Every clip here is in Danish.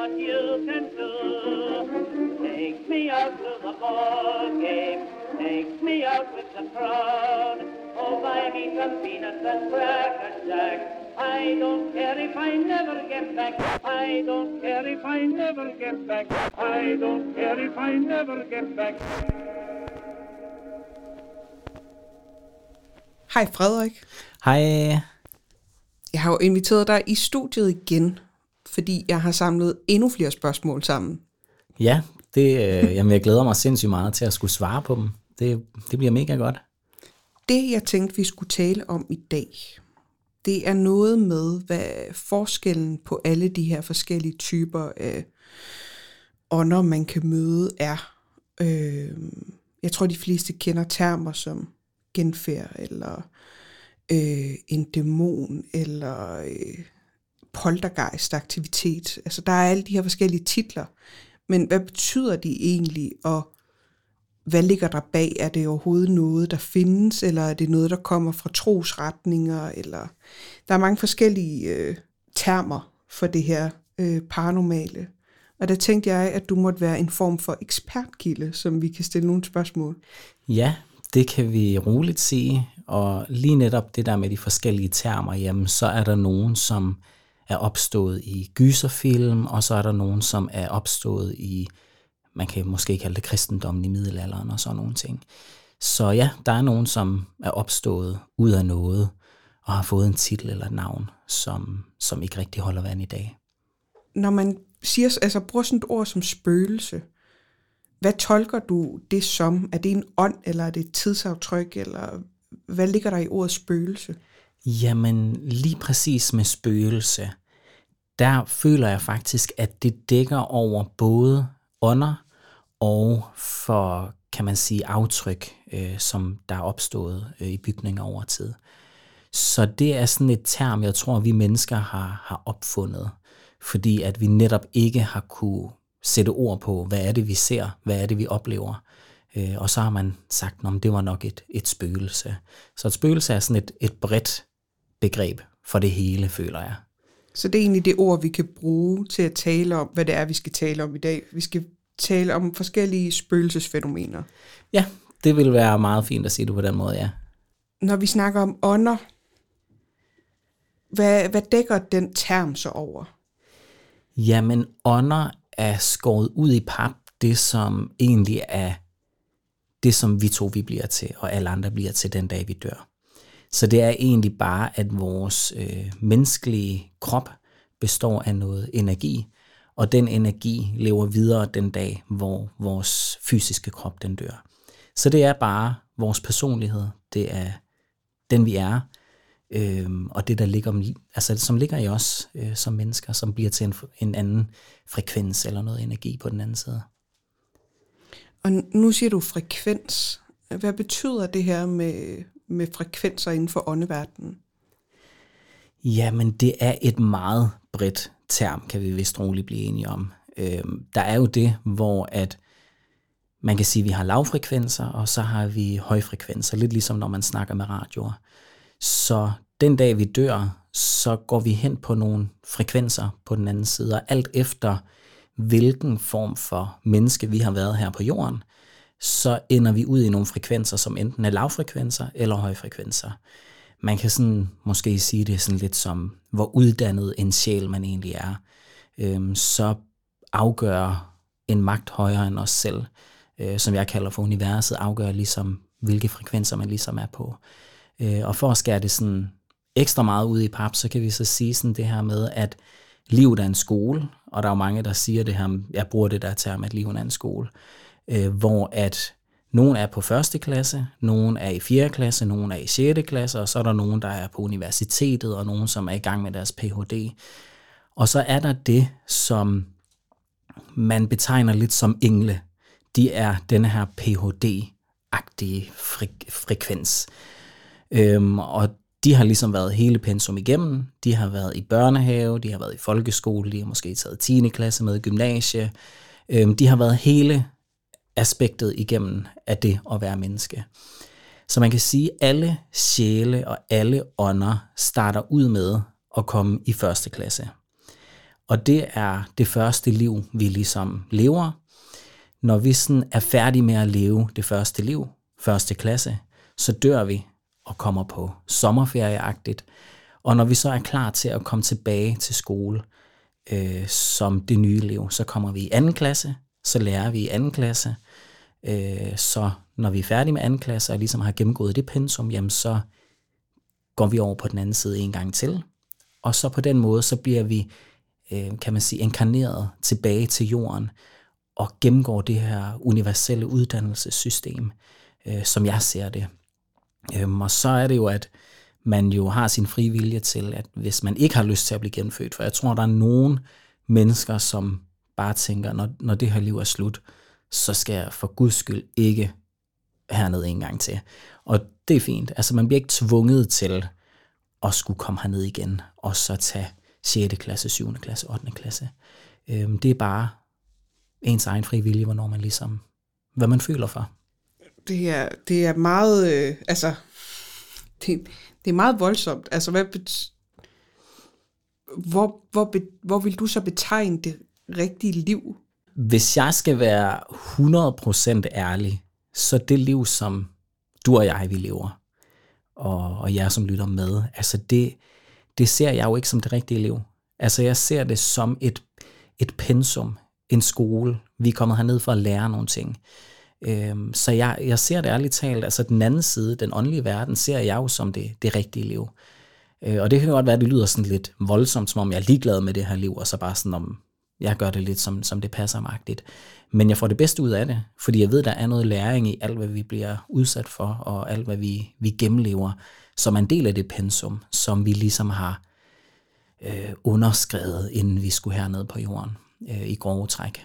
what you can do. Take me out to the ball game. Take me out with the crowd. Oh, buy me some peanuts and cracker jack. I don't care if I never get back. I don't care if I never get back. I don't care if I never get back. Hej Frederik. Hej. Jeg har jo inviteret dig i studiet igen, fordi jeg har samlet endnu flere spørgsmål sammen. Ja, jeg glæder mig sindssygt meget til at skulle svare på dem. Det bliver mega godt. Det, jeg tænkte, vi skulle tale om i dag, det er noget med, hvad forskellen på alle de her forskellige typer af ånder, man kan møde, er. Jeg tror, de fleste kender termer som genfærd, eller en dæmon, eller poltergeist-aktivitet. Altså, der er alle de her forskellige titler. Men hvad betyder de egentlig, og hvad ligger der bag? Er det overhovedet noget, der findes, eller er det noget, der kommer fra trosretninger? Eller der er mange forskellige termer for det her paranormale. Og der tænkte jeg, at du måtte være en form for ekspertkilde, som vi kan stille nogle spørgsmål. Ja, det kan vi roligt sige. Og lige netop det der med de forskellige termer, jamen, så er der nogen, som er opstået i gyserfilm, og så er der nogen, som er opstået i, man kan måske kalde det kristendommen i middelalderen og sådan nogle ting. Så ja, der er nogen, som er opstået ud af noget, og har fået en titel eller et navn, som ikke rigtig holder vand i dag. Når man bruger sådan et ord som spøgelse, hvad tolker du det som? Er det en ånd, eller er det et tidsaftryk, eller hvad ligger der i ordet spøgelse? Jamen, lige præcis med spøgelse, der føler jeg faktisk, at det dækker over både ånder og for, kan man sige, aftryk, som der er opstået i bygninger over tid. Så det er sådan et term, jeg tror, vi mennesker har opfundet, fordi at vi netop ikke har kunne sætte ord på, hvad er det, vi ser, hvad er det, vi oplever. Og så har man sagt, at det var nok et spøgelse. Så et spøgelse er sådan et bredt begreb for det hele, føler jeg. Så det er egentlig det ord, vi kan bruge til at tale om, hvad det er, vi skal tale om i dag. Vi skal tale om forskellige spøgelsesfænomener. Ja, det vil være meget fint at sige det på den måde, ja. Når vi snakker om ånder, hvad dækker den term så over? Jamen, ånder er skåret ud i pap, det som egentlig er det, som vi bliver til, og alle andre bliver til den dag, vi dør. Så det er egentlig bare, at vores menneskelige krop består af noget energi, og den energi lever videre den dag, hvor vores fysiske krop den dør. Så det er bare vores personlighed, det er den vi er, og det der ligger, altså som ligger i os som mennesker, som bliver til en anden frekvens eller noget energi på den anden side. Og nu siger du frekvens. Hvad betyder det her med frekvenser inden for åndeverdenen? Jamen, det er et meget bredt term, kan vi vist roligt blive enige om. Der er jo det, hvor at man kan sige, at vi har lavfrekvenser, og så har vi højfrekvenser, lidt ligesom når man snakker med radioer. Så den dag vi dør, så går vi hen på nogle frekvenser på den anden side, og alt efter hvilken form for menneske vi har været her på jorden, så ender vi ud i nogle frekvenser, som enten er lavfrekvenser eller højfrekvenser. Man kan sådan måske sige det sådan lidt som, hvor uddannet en sjæl man egentlig er. Så afgør en magt højere end os selv, som jeg kalder for universet, afgør ligesom, hvilke frekvenser man ligesom er på. Og for at skære det sådan ekstra meget ud i pap, så kan vi så sige sådan det her med, at livet er en skole, og der er jo mange, der siger det her, jeg bruger det der term, at livet er en skole, hvor at nogen er på 1. klasse, nogen er i 4. klasse, nogen er i 6. klasse, og så er der nogen, der er på universitetet, og nogen, som er i gang med deres Ph.D. Og så er der det, som man betegner lidt som engle. De er denne her Ph.D.-agtige frekvens. Og de har ligesom været hele pensum igennem. De har været i børnehave, de har været i folkeskole, de har måske taget 10. klasse med i gymnasie. De har været hele aspektet igennem af det at være menneske. Så man kan sige, at alle sjæle og alle ånder starter ud med at komme i 1. klasse. Og det er det første liv, vi ligesom lever. Når vi sådan er færdige med at leve det første liv, første klasse, så dør vi og kommer på sommerferieagtigt. Og når vi så er klar til at komme tilbage til skole som det nye liv, så kommer vi i anden klasse, så lærer vi i anden klasse. Så når vi er færdige med anden klasse og ligesom har gennemgået det pensum, jamen så går vi over på den anden side en gang til. Og så på den måde, så bliver vi, kan man sige, inkarneret tilbage til jorden og gennemgår det her universelle uddannelsessystem, som jeg ser det. Og så er det jo, at man jo har sin frie vilje til, at hvis man ikke har lyst til at blive genfødt, for jeg tror, der er nogle mennesker, som bare tænker, når det her liv er slut, så skal jeg for Guds skyld ikke herned en gang til. Og det er fint. Altså man bliver ikke tvunget til at skulle komme herned igen, og så tage 6. klasse, 7. klasse, 8. klasse. Det er bare ens egen frie vilje, hvornår man ligesom, hvad man føler for. Det er meget, det er meget voldsomt. Altså, hvor vil du så betegne det rigtige liv? Hvis jeg skal være 100% ærlig, så det liv, som du og jeg, vi lever, og jer, som lytter med, altså det ser jeg jo ikke som det rigtige liv. Altså jeg ser det som et pensum, en skole. Vi er kommet herned for at lære nogle ting. Så jeg ser det ærligt talt, altså den anden side, den åndelige verden, ser jeg jo som det rigtige liv. Og det kan godt være, at det lyder sådan lidt voldsomt, som om jeg er ligeglad med det her liv, og så bare sådan om, jeg gør det lidt som det passer magtigt. Men jeg får det bedste ud af det, fordi jeg ved, der er noget læring i alt, hvad vi bliver udsat for, og alt, hvad vi gennemlever, som er en del af det pensum, som vi ligesom har underskrevet, inden vi skulle hernede på jorden i grove træk.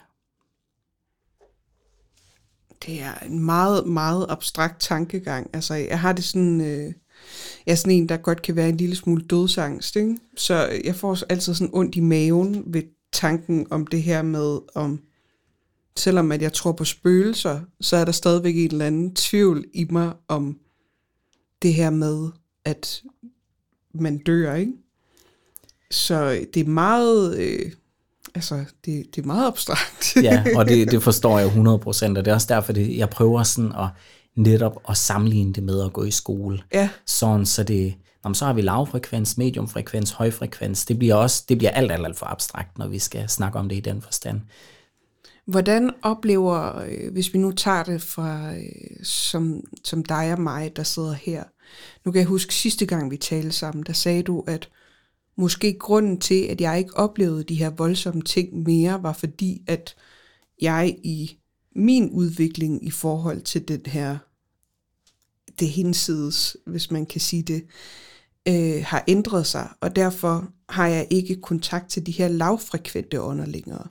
Det er en meget, meget abstrakt tankegang. Altså, jeg har det sådan, jeg er sådan en, der godt kan være en lille smule dødsangst, ikke? Så jeg får altid sådan ondt i maven ved tanken om det her med, om selvom at jeg tror på spøgelser, så er der stadigvæk en eller anden tvivl i mig om det her med, at man dør, ikke? Så det er meget, det er meget abstrakt. Ja, og det forstår jeg 100%, og det er også derfor, jeg prøver sådan at netop at sammenligne det med at gå i skole. Ja. Sådan, så har vi lavfrekvens, mediumfrekvens, højfrekvens. Det bliver alt for abstrakt, når vi skal snakke om det i den forstand. Hvordan oplever, hvis vi nu tager det fra som dig og mig, der sidder her. Nu kan jeg huske sidste gang, vi talte sammen, der sagde du, at måske grunden til, at jeg ikke oplevede de her voldsomme ting mere, var fordi, at jeg i min udvikling i forhold til det hinsides, hvis man kan sige det, har ændret sig, og derfor har jeg ikke kontakt til de her lavfrekvente ånder længere.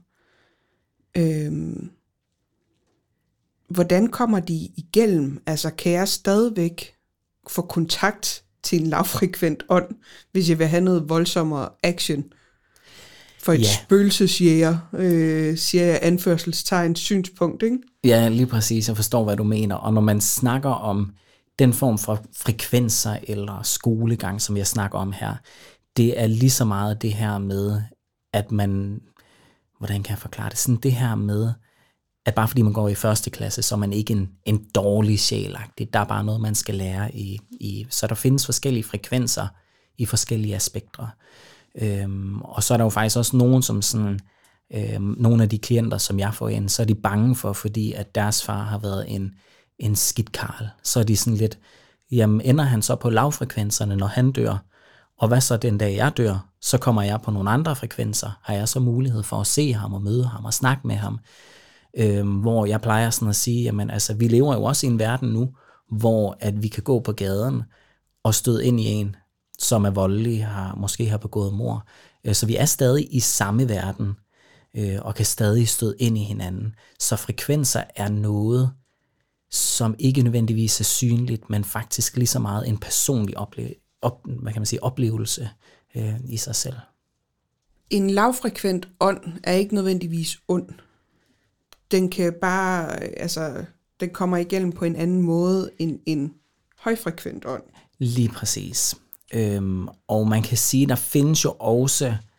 Hvordan kommer de igennem? Altså, kan jeg stadigvæk få kontakt til en lavfrekvent ånd, hvis jeg vil have noget voldsommere action for et spøgelsesjæger, siger jeg anførselstegn, synspunkt, ikke? Ja, lige præcis. Jeg forstår, hvad du mener. Og når man snakker om den form for frekvenser eller skolegang, som jeg snakker om her, det er lige så meget det her med, at man, hvordan kan jeg forklare det? Sådan det her med, at bare fordi man går i første klasse, så er man ikke en dårlig sjælagtig. Der er bare noget, man skal lære i. Så der findes forskellige frekvenser i forskellige aspekter. Og så er der jo faktisk også nogen, som sådan, nogle af de klienter, som jeg får ind, så er de bange for, fordi at deres far har været en skidt karl. Så er de sådan lidt, jamen ender han så på lavfrekvenserne, når han dør? Og hvad så den dag jeg dør? Så kommer jeg på nogle andre frekvenser. Har jeg så mulighed for at se ham og møde ham og snakke med ham? Hvor jeg plejer sådan at sige, jamen altså, vi lever jo også i en verden nu, hvor at vi kan gå på gaden og støde ind i en, som er voldelig, måske har begået mord. Så vi er stadig i samme verden, og kan stadig støde ind i hinanden. Så frekvenser er noget, som ikke nødvendigvis er synligt, men faktisk lige så meget en personlig oplevelse i sig selv. En lavfrekvent ånd er ikke nødvendigvis ond. Den kan bare, den kommer igennem på en anden måde end en højfrekvent ånd. Lige præcis. Og man kan sige, der findes jo også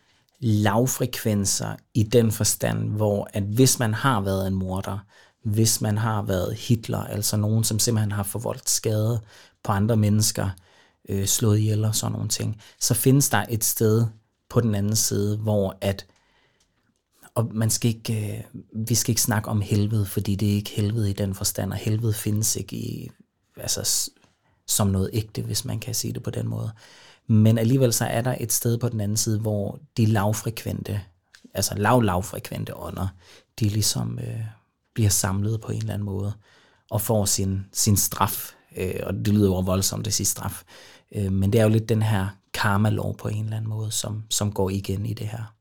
lavfrekvenser i den forstand, hvor at hvis man har været en morder, hvis man har været Hitler, altså nogen, som simpelthen har forvoldt skade på andre mennesker, slået ihjel og sådan nogle ting, så findes der et sted på den anden side, hvor at, og vi skal ikke snakke om helvede, fordi det er ikke helvede i den forstand, og helvede findes ikke som noget ægte, hvis man kan sige det på den måde. Men alligevel så er der et sted på den anden side, hvor de lavfrekvente, altså lavfrekvente ånder, de ligesom bliver samlet på en eller anden måde, og får sin straf, og det lyder jo voldsomt at sige straf, men det er jo lidt den her karma-lov på en eller anden måde, som går igen i det her.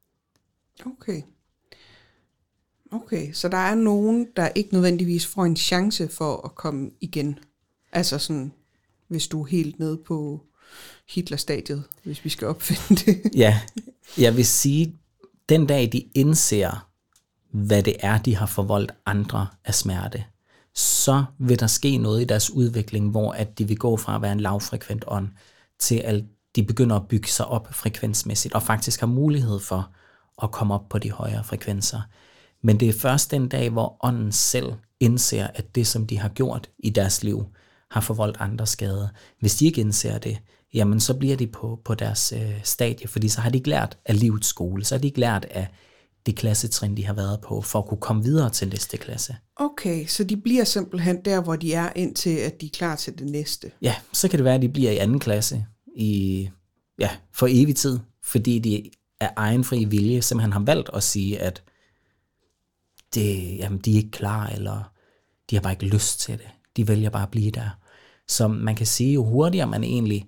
Okay, så der er nogen, der ikke nødvendigvis får en chance for at komme igen. Altså sådan, hvis du er helt nede på Hitler-stadiet, hvis vi skal opfinde det. Ja, jeg vil sige, den dag de indser, hvad det er, de har forvoldt andre af smerte, så vil der ske noget i deres udvikling, hvor at de vil gå fra at være en lavfrekvent ånd, til at de begynder at bygge sig op frekvensmæssigt, og faktisk har mulighed for at komme op på de højere frekvenser. Men det er først den dag, hvor ånden selv indser, at det, som de har gjort i deres liv, har forvoldt andre skade. Hvis de ikke indser det, jamen så bliver de på deres stadie, fordi så har de ikke lært af livets skole, så har de ikke lært af det klassetrin, de har været på, for at kunne komme videre til næste klasse. Okay, så de bliver simpelthen der, hvor de er, indtil at de er klar til det næste. Ja, så kan det være, at de bliver i anden klasse for evig tid, fordi de af egen fri vilje simpelthen har valgt at sige, at de er ikke klar, eller de har bare ikke lyst til det. De vælger bare at blive der. Så man kan sige, jo hurtigere man egentlig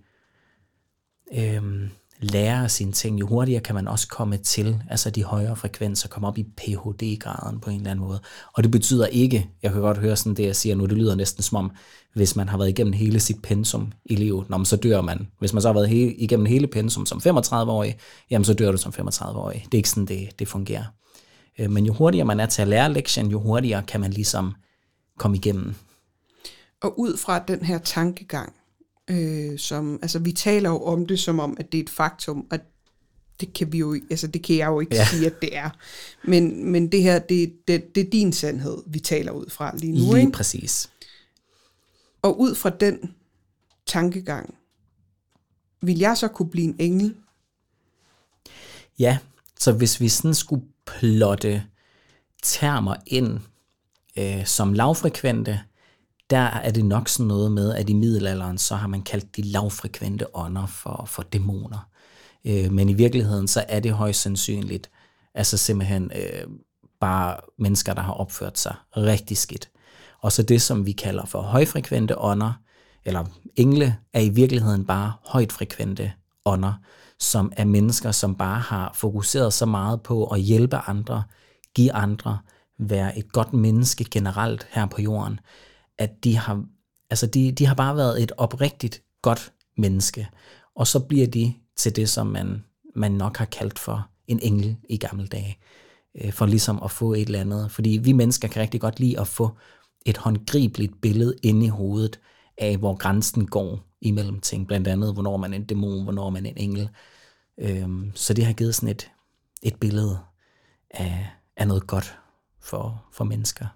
lærer sine ting, jo hurtigere kan man også komme til, altså de højere frekvenser, komme op i Ph.D.-graden på en eller anden måde. Og det betyder ikke, jeg kan godt høre sådan det, jeg siger nu, det lyder næsten som om, hvis man har været igennem hele sit pensum i livet, så dør man. Hvis man så har været igennem hele pensum som 35-årig, jamen så dør du som 35-årig. Det er ikke sådan, det fungerer. Men jo hurtigere man er til at lære lektien, jo hurtigere kan man ligesom komme igennem. Og ud fra den her tankegang, vi taler jo om det som om, at det er et faktum, og det kan vi jo, altså det kan jeg jo ikke sige, at det er. Men det her, det er din sandhed, vi taler ud fra lige nu, lige ikke? Præcis. Og ud fra den tankegang, vil jeg så kunne blive en engel? Ja, så hvis vi sådan skulle plotte termer ind som lavfrekvente, der er det nok sådan noget med, at i middelalderen, så har man kaldt de lavfrekvente ånder for dæmoner. Men i virkeligheden, så er det højst sandsynligt, altså simpelthen bare mennesker, der har opført sig rigtig skidt. Og så det, som vi kalder for højfrekvente ånder, eller engle, er i virkeligheden bare højtfrekvente ånder, som er mennesker, som bare har fokuseret så meget på at hjælpe andre, give andre, være et godt menneske generelt her på jorden, at de har bare været et oprigtigt godt menneske, og så bliver de til det, som man nok har kaldt for en engel i gamle dage, for ligesom at få et eller andet, fordi vi mennesker kan rigtig godt lide at få et håndgribeligt billede inde i hovedet af, hvor grænsen går imellem ting, blandt andet, hvornår man er en dæmon, hvornår man er en engel. Så det har givet sådan et billede af noget godt for mennesker.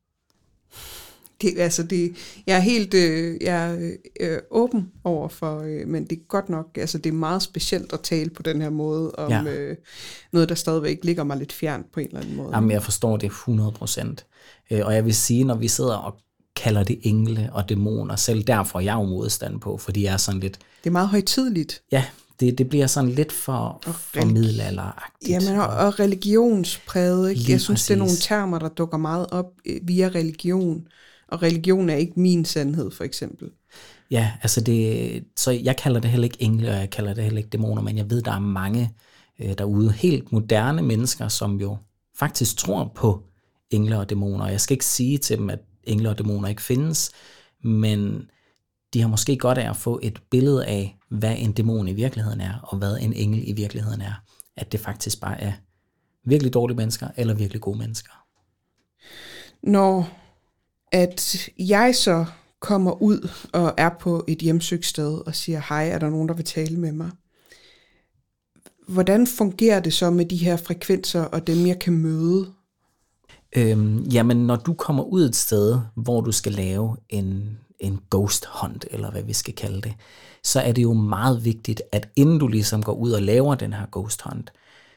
Jeg er helt åben over for, men det er godt nok, altså det er meget specielt at tale på den her måde om noget, der stadigvæk ligger mig lidt fjernt på en eller anden måde. Jamen, jeg forstår det 100%. Og jeg vil sige, når vi sidder og kalder det engle og dæmoner, selv derfor er jeg jo modstand på, fordi jeg er sådan lidt... Det er meget højtideligt. Ja, det bliver sådan lidt for middelalderagtigt. Jamen, og religionspræget, ikke? Jeg synes, præcis. det er nogle termer, der dukker meget op via religion. Og religion er ikke min sandhed, for eksempel. Ja, altså så jeg kalder det heller ikke engle, og jeg kalder det heller ikke dæmoner, men jeg ved, der er mange derude, helt moderne mennesker, som jo faktisk tror på engle og dæmoner. Og jeg skal ikke sige til dem, at engle og dæmoner ikke findes, men de har måske godt af at få et billede af, hvad en dæmon i virkeligheden er, og hvad en engel i virkeligheden er. At det faktisk bare er virkelig dårlige mennesker, eller virkelig gode mennesker. Når at jeg så kommer ud og er på et hjemsøgt sted og siger, hej, er der nogen, der vil tale med mig? hvordan fungerer det så med de her frekvenser og dem, jeg kan møde? Jamen, når du kommer ud et sted, hvor du skal lave en ghost hunt, eller hvad vi skal kalde det, så er det jo meget vigtigt, at inden du ligesom går ud og laver den her ghost hunt,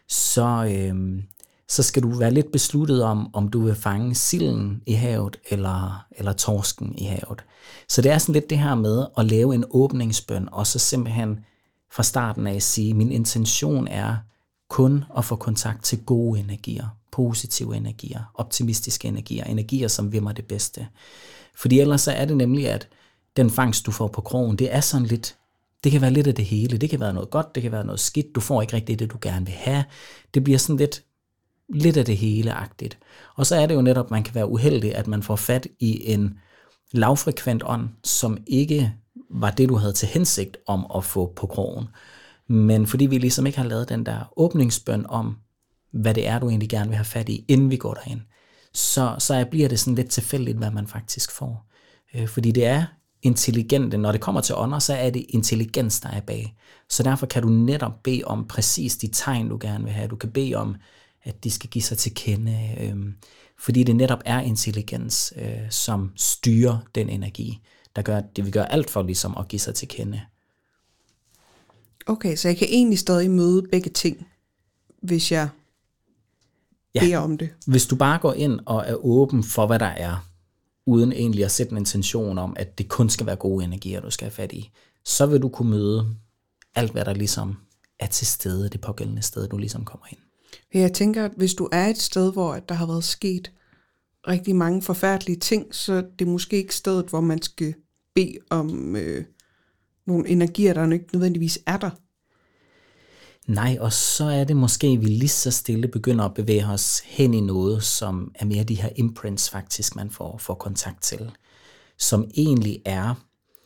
så skal du være lidt besluttet om du vil fange silden i havet, eller torsken i havet. Så det er sådan lidt det her med at lave en åbningsbøn, og så simpelthen fra starten af sige, min intention er kun at få kontakt til gode energier, positive energier, optimistiske energier, energier, som vil mig det bedste. Fordi ellers så er det nemlig, at den fangst, du får på krogen, det er sådan lidt, det kan være lidt af det hele. Det kan være noget godt, det kan være noget skidt. Du får ikke rigtig det, du gerne vil have. Det bliver sådan lidt af det hele-agtigt. Og så er det jo netop, man kan være uheldig, at man får fat i en lavfrekvent ånd, som ikke var det, du havde til hensigt om at få på krogen. Men fordi vi ligesom ikke har lavet den der åbningsbøn om, hvad det er, du egentlig gerne vil have fat i, inden vi går derind, så bliver det sådan lidt tilfældigt, hvad man faktisk får. Fordi det er intelligente. Når det kommer til ånder, så er det intelligens, der er bag. Så derfor kan du netop bede om præcis de tegn, du gerne vil have. Du kan bede om, at de skal give sig til kende. Fordi det netop er intelligens, som styrer den energi, der gør, at det vil gøre alt for ligesom at give sig til kende. Okay, så jeg kan egentlig stadig møde begge ting, hvis jeg beder om det. Hvis du bare går ind og er åben for, hvad der er, uden egentlig at sætte en intention om, at det kun skal være gode energier, du skal have fat i, så vil du kunne møde alt, hvad der ligesom er til stede, det pågældende sted, du ligesom kommer ind. Jeg tænker, at hvis du er et sted, hvor der har været sket rigtig mange forfærdelige ting, så det er måske ikke stedet, hvor man skal bede om nogle energier, der ikke nødvendigvis er der. Nej, og så er det måske, at vi lige så stille begynder at bevæge os hen i noget, som er mere de her imprints faktisk, man får kontakt til. Som egentlig er,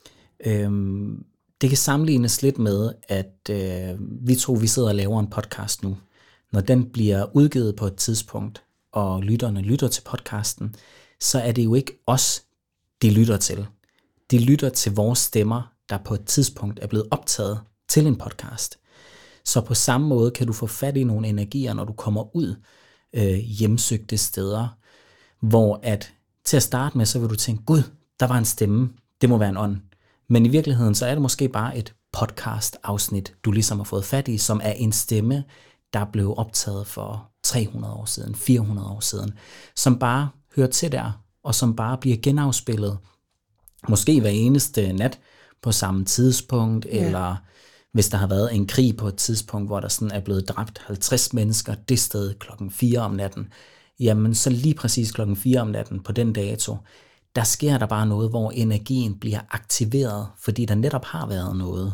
det kan sammenlignes lidt med, at vi sidder og laver en podcast nu. Når den bliver udgivet på et tidspunkt, og lytterne lytter til podcasten, så er det jo ikke os, de lytter til. De lytter til vores stemmer, der på et tidspunkt er blevet optaget til en podcast. Så på samme måde kan du få fat i nogle energier, når du kommer ud hjemsøgte steder, hvor at til at starte med, så vil du tænke, gud, der var en stemme, det må være en ånd. Men i virkeligheden, så er det måske bare et podcast-afsnit, du ligesom har fået fat i, som er en stemme, der blev optaget for 300 år siden, 400 år siden, som bare hører til der, og som bare bliver genafspillet, måske hver eneste nat på samme tidspunkt, eller hvis der har været en krig på et tidspunkt, hvor der sådan er blevet dræbt 50 mennesker det sted klokken 4 om natten, jamen så lige præcis klokken 4 om natten på den dato, der sker der bare noget, hvor energien bliver aktiveret, fordi der netop har været noget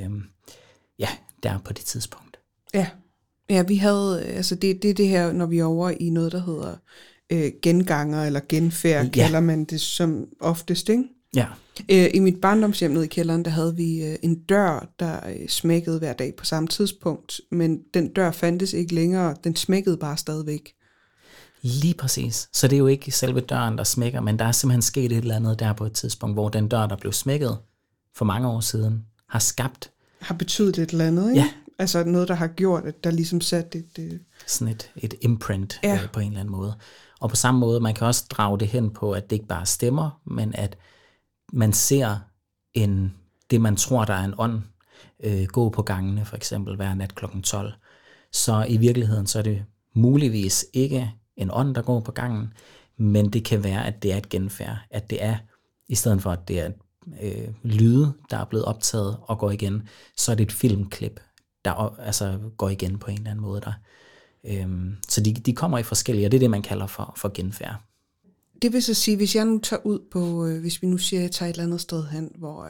der på det tidspunkt. Ja, vi havde, altså det her, når vi er over i noget, der hedder genganger eller genfærd, kalder man det som oftest, ikke? Ja. I mit barndomshjem nede i kælderen, der havde vi en dør, der smækkede hver dag på samme tidspunkt, men den dør fandtes ikke længere, den smækkede bare stadigvæk. Lige præcis. Så det er jo ikke selve døren, der smækker, men der er simpelthen sket et eller andet der på et tidspunkt, hvor den dør, der blev smækket for mange år siden, har betydet et eller andet, ikke? Ja. Altså noget, der har gjort, at der ligesom sat sådan et imprint på en eller anden måde. Og på samme måde, man kan også drage det hen på, at det ikke bare stemmer, men at man ser det, man tror, der er en ånd, gå på gangene, for eksempel hver nat kl. 12. Så i virkeligheden, så er det muligvis ikke en ånd, der går på gangen, men det kan være, at det er et genfærd, at det er, i stedet for at det er lyde, der er blevet optaget og går igen, så er det et filmklip, der altså går igen på en eller anden måde. Så de kommer i forskellige, og det er det, man kalder for genfærd. Det vil så sige, hvis jeg nu tager ud på, hvis vi nu siger, at jeg tager et eller andet sted hen, hvor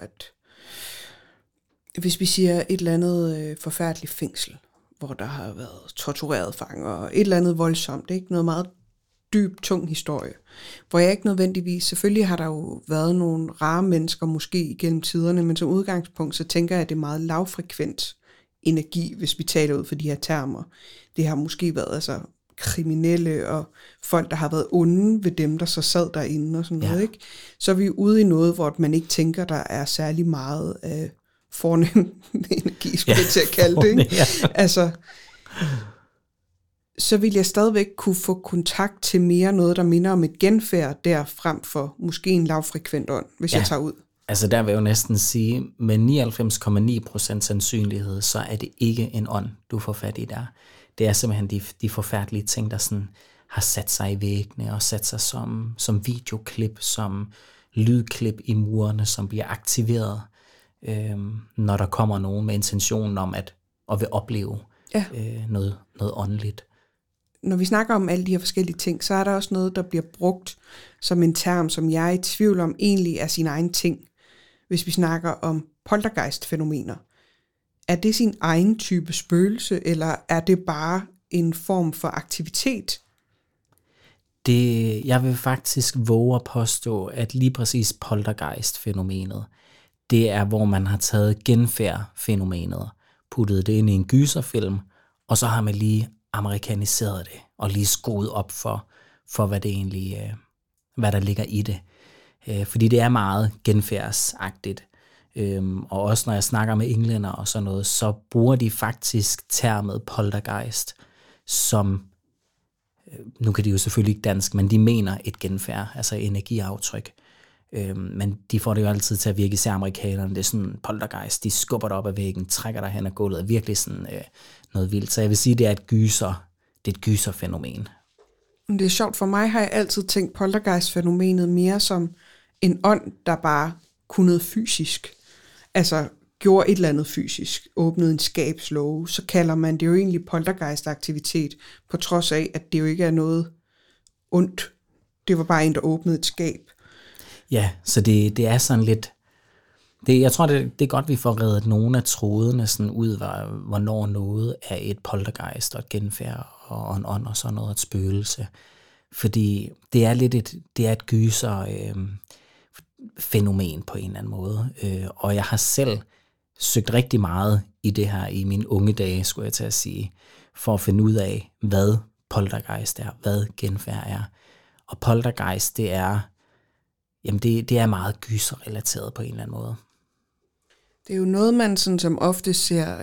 hvis vi siger et eller andet forfærdeligt fængsel, hvor der har været tortureret fanger, og et eller andet voldsomt, ikke? Noget meget dyb, tung historie, hvor jeg ikke nødvendigvis, selvfølgelig har der jo været nogle rare mennesker måske igennem tiderne, men som udgangspunkt, så tænker jeg, at det er meget lavfrekvent energi, hvis vi taler ud for de her termer. Det har måske været altså kriminelle og folk, der har været onde ved dem, der så sad derinde og sådan noget, ikke? Så er vi ude i noget, hvor man ikke tænker, der er særlig meget af fornem energi, skulle jeg til at kalde det. Ikke? Ja. Altså, så vil jeg stadigvæk kunne få kontakt til mere noget, der minder om et genfærd der, frem for måske en lavfrekvent ånd, hvis jeg tager ud. Altså der vil jeg jo næsten sige, med 99,9% sandsynlighed, så er det ikke en ånd, du får fat i der. Det er simpelthen de forfærdelige ting, der sådan har sat sig i væggene, og sat sig som videoklip, som lydklip i murene, som bliver aktiveret, når der kommer nogen med intentionen om at vil opleve noget åndeligt. Når vi snakker om alle de her forskellige ting, så er der også noget, der bliver brugt som en term, som jeg er i tvivl om egentlig er sin egen ting. Hvis vi snakker om poltergeist-fænomener. Er det sin egen type spøgelse, eller er det bare en form for aktivitet? Jeg vil faktisk våge at påstå, at lige præcis poltergeist-fænomenet, det er, hvor man har taget genfærd-fænomenet, puttet det ind i en gyserfilm, og så har man lige amerikaniseret det, og lige skruet op for hvad det egentlig, hvad der ligger i det. Fordi det er meget genfærdsagtigt. Og også når jeg snakker med englænder og sådan noget, så bruger de faktisk termet poltergeist, som, nu kan de jo selvfølgelig ikke dansk, men de mener et genfærd, altså energiaftryk. Men de får det jo altid til at virke, især amerikanerne, det er sådan poltergeist, de skubber dig op ad væggen, trækker dig hen ad gulvet, er virkelig sådan noget vildt. Så jeg vil sige, det er et gyserfænomen. Det er sjovt, for mig har jeg altid tænkt poltergeist-fænomenet mere som en ånd, der bare kunne noget fysisk. Altså gjorde et eller andet fysisk, åbnede en skabslåge, så kalder man det jo egentlig poltergeist-aktivitet, på trods af, at det jo ikke er noget ondt. Det var bare en, der åbnede et skab. Ja, så det er sådan lidt... Jeg tror, det er godt, vi får reddet nogle af trådene sådan ud, hvornår noget er et poltergeist og et genfærd og en ånd og sådan noget, et spøgelse. Fordi det er lidt et gyser fænomen på en eller anden måde. Og jeg har selv søgt rigtig meget i det her i mine unge dage, skulle jeg til at sige, for at finde ud af, hvad poltergeist er, hvad genfærd er. Og poltergeist, det er meget gyserrelateret på en eller anden måde. Det er jo noget, man sådan som ofte ser...